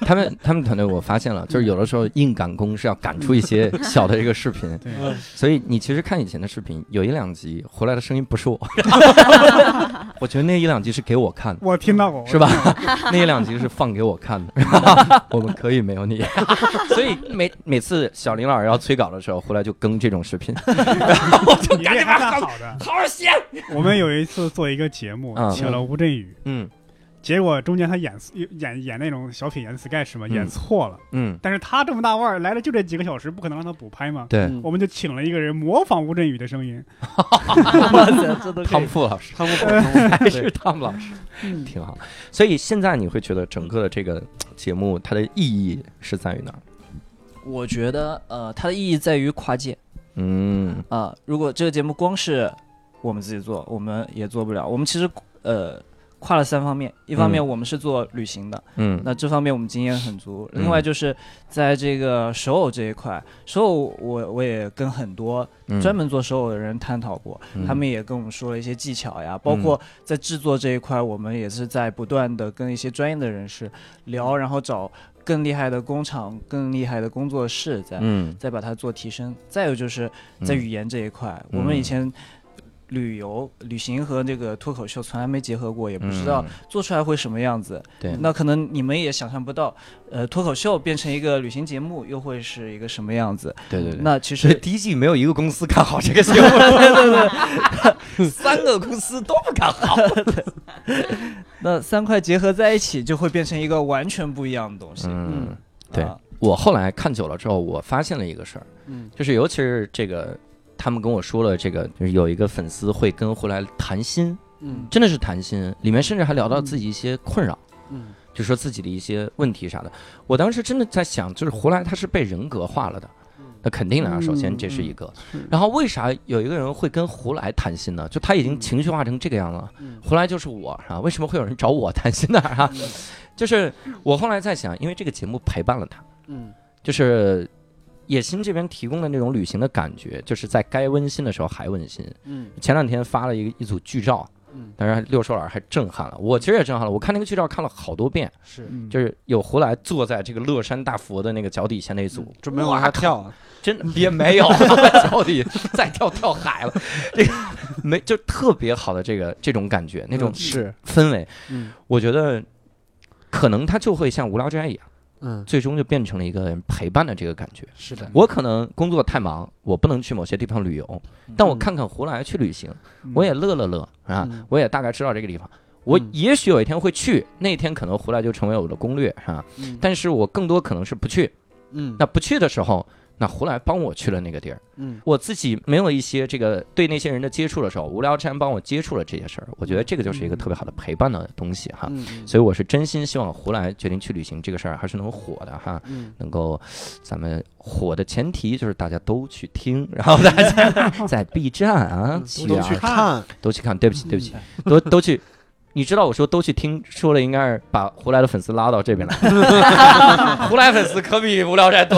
他们团队我发现了，就是有的时候硬赶工是要赶出一些小的这个视频，所以你其实看以前的视频，有1-2集回来的声音不是我，我觉得那1-2集是给我看的， 我听到过， 是吧？那1-2集是放给我看的，我们可以没有你，所以每次小林老师要催稿的时候，回来就更这种视频，然后我就赶紧把好好写。 我们有一次做一个节目，请了吴镇宇，结果中间他演那种小品演 sketch 嘛，演错了，但是他这么大腕儿来了就这几个小时，不可能让他补拍嘛， 对， 我们就请了一个人模仿吴镇宇的声音， 汤姆老师，还是汤姆老师，挺好。所以现在你会觉得整个的这个节目它的意义是在于哪儿？ 我觉得它的意义在于跨界，如果这个节目光是我们自己做，我们也做不了。我们其实跨了3方面，一方面我们是做旅行的，那这方面我们经验很足。另外就是在这个手偶这一块，手偶我也跟很多专门做手偶的人探讨过，他们也跟我们说了一些技巧呀，包括在制作这一块，我们也是在不断的跟一些专业的人士聊，然后找更厉害的工厂、更厉害的工作室，再把它做提升。再有就是在语言这一块，我们以前旅行和这个脱口秀从来没结合过，也不知道做出来会什么样子。 对， 那可能你们也想象不到，脱口秀变成一个旅行节目又会是一个什么样子。 对。 那其实第一季没有一个公司看好这个节目，对，3个公司都不看好。 那3块结合在一起，就会变成一个完全不一样的东西。 对。我后来看久了之后，我发现了一个事儿，就是尤其是这个。他们跟我说了，这个就是有一个粉丝会跟胡来谈心，真的是谈心，里面甚至还聊到自己一些困扰，就说自己的一些问题啥的。我当时真的在想，就是胡来他是被人格化了的，那肯定的，首先这是一个。然后为啥有一个人会跟胡来谈心呢？就他已经情绪化成这个样了，胡来就是我，是吧？为什么会有人找我谈心呢？哈，就是我后来在想，因为这个节目陪伴了他，就是野心这边提供的那种旅行的感觉，就是在该温馨的时候还温馨。前2天发了一组剧照，当然六兽老师还震撼了，我其实也震撼了。我看那个剧照看了好多遍，就是有胡来坐在这个乐山大佛的那个脚底下那组， 准备往下跳， 真的也没有脚底再跳海了，这个没就特别好的这种感觉，那种氛围，我觉得可能它就会像无聊斋一样。最终就变成了一个陪伴的这个感觉。 是的， 我可能工作太忙，我不能去某些地方旅游，但我看看胡来去旅行，我也乐啊，我也大概知道这个地方。我也许有一天会去，那天可能胡来就成为我的攻略，是吧？但是我更多可能是不去。那不去的时候，那胡来帮我去了那个地儿，我自己没有一些这个对那些人的接触的时候，无聊斋帮我接触了这些事儿，我觉得这个就是一个特别好的陪伴的东西哈，所以我是真心希望胡来决定去旅行这个事儿还是能火的哈，能够咱们火的前提就是大家都去听，然后大家在 B 站啊都去看，对不起，都去。你知道我说都去听，说了应该是把胡来的粉丝拉到这边来，胡来粉丝可比无聊斋多。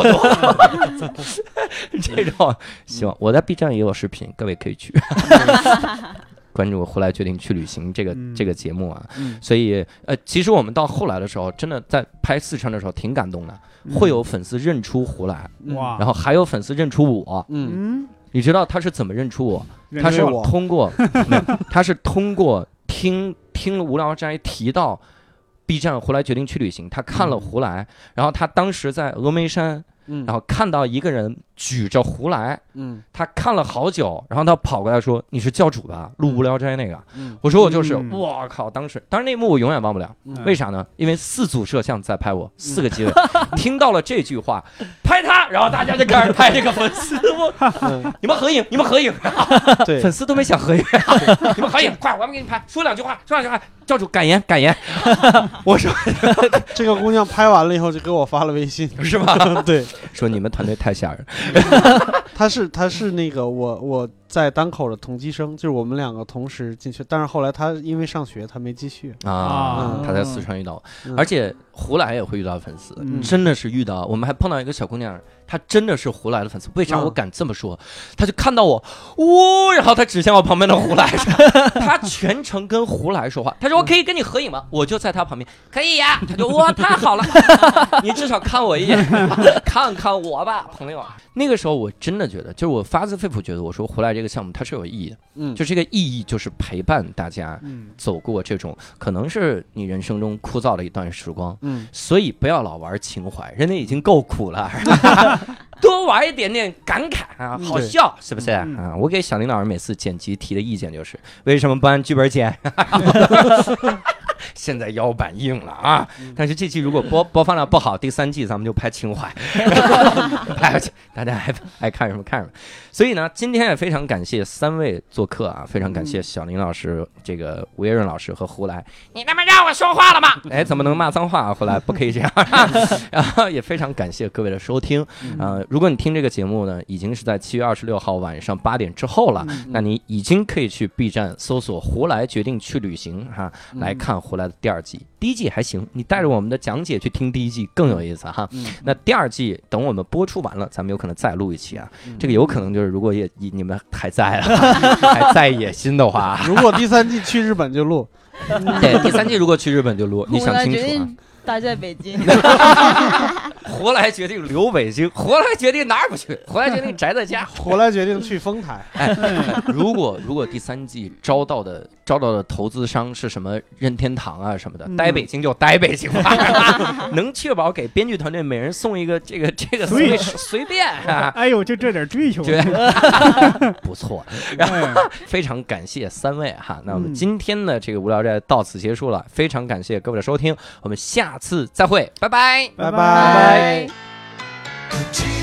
这种希望我在 B 站也有视频，各位可以去关注胡来决定去旅行这个节目啊。所以其实我们到后来的时候，真的在拍四川的时候挺感动的，会有粉丝认出胡来，然后还有粉丝认出我。你知道他是怎么认出我？他是通过听了无聊斋提到 B 站胡来决定去旅行，他看了胡来，然后他当时在峨眉山，然后看到一个人举着胡来，他看了好久，然后他跑过来说：“你是教主吧？录无聊斋那个？”我说：“我就是。”我靠！当时那一幕我永远忘不了，为啥呢？因为4组摄像在拍我，4个机位，听到了这句话，拍他，然后大家就开始拍这个粉丝，你们合影，对，粉丝都没想合影，你们合影，快，我们给你拍，说两句话，教主感言。我说这个姑娘拍完了以后就给我发了微信， 是吧？ 对， 说你们团队太吓人。 他是那个我在单口的同期生，就是我们2个同时进去，但是后来他因为上学他没继续他在四川遇到，而且胡来也会遇到粉丝，真的是遇到，我们还碰到一个小姑娘，她真的是胡来的粉丝，为啥我敢这么说？她就看到我，然后她指向我旁边的胡来，她全程跟胡来说话，她说我可以跟你合影吗？我就在她旁边，可以呀，她就哇太好了，你至少看我一眼，看看我吧，朋友。那个时候我真的觉得，就是我发自肺腑觉得，我说胡来这个项目它是有意义的，就这个意义就是陪伴大家走过这种可能是你人生中枯燥的一段时光，所以不要老玩情怀，人家已经够苦了，多玩一点点感慨啊，好笑是不是啊？我给小林老师每次剪辑提的意见就是，为什么不按剧本剪？现在腰板硬了啊！但是这期如果播放量不好，第3季咱们就拍情怀，大家爱看什么看什么。所以呢，今天也非常感谢3位做客啊，非常感谢小林老师、这个吴业润老师和胡来。你他妈让我说话了吗？哎，怎么能骂脏话啊？胡来不可以这样。然后也非常感谢各位的收听。如果你听这个节目呢，已经是在7月26号晚上8点之后了，那你已经可以去 B 站搜索胡来决定去旅行哈，来看胡来的第2季。第1季还行，你带着我们的讲解去听第1季更有意思哈。那第2季等我们播出完了，咱们有可能再录一期啊。这个有可能就是如果你们还在还在野心的话， 如果第3季去日本就录。 对，第3季如果去日本就录，你想清楚啊。 待在北京， 胡来决定留北京，胡来决定哪儿不去，胡来决定宅在家， 胡来决定去丰台。 如果第3季招到的投资商是什么任天堂啊什么的，待北京就待北京吧，能确保给编剧团队每人送一个这个随便。 哎呦，就这点追求， 不错。然后非常感谢3位哈，那我们今天的这个无聊斋到此结束了，非常感谢各位的收听，我们下次再会，拜拜， 拜拜。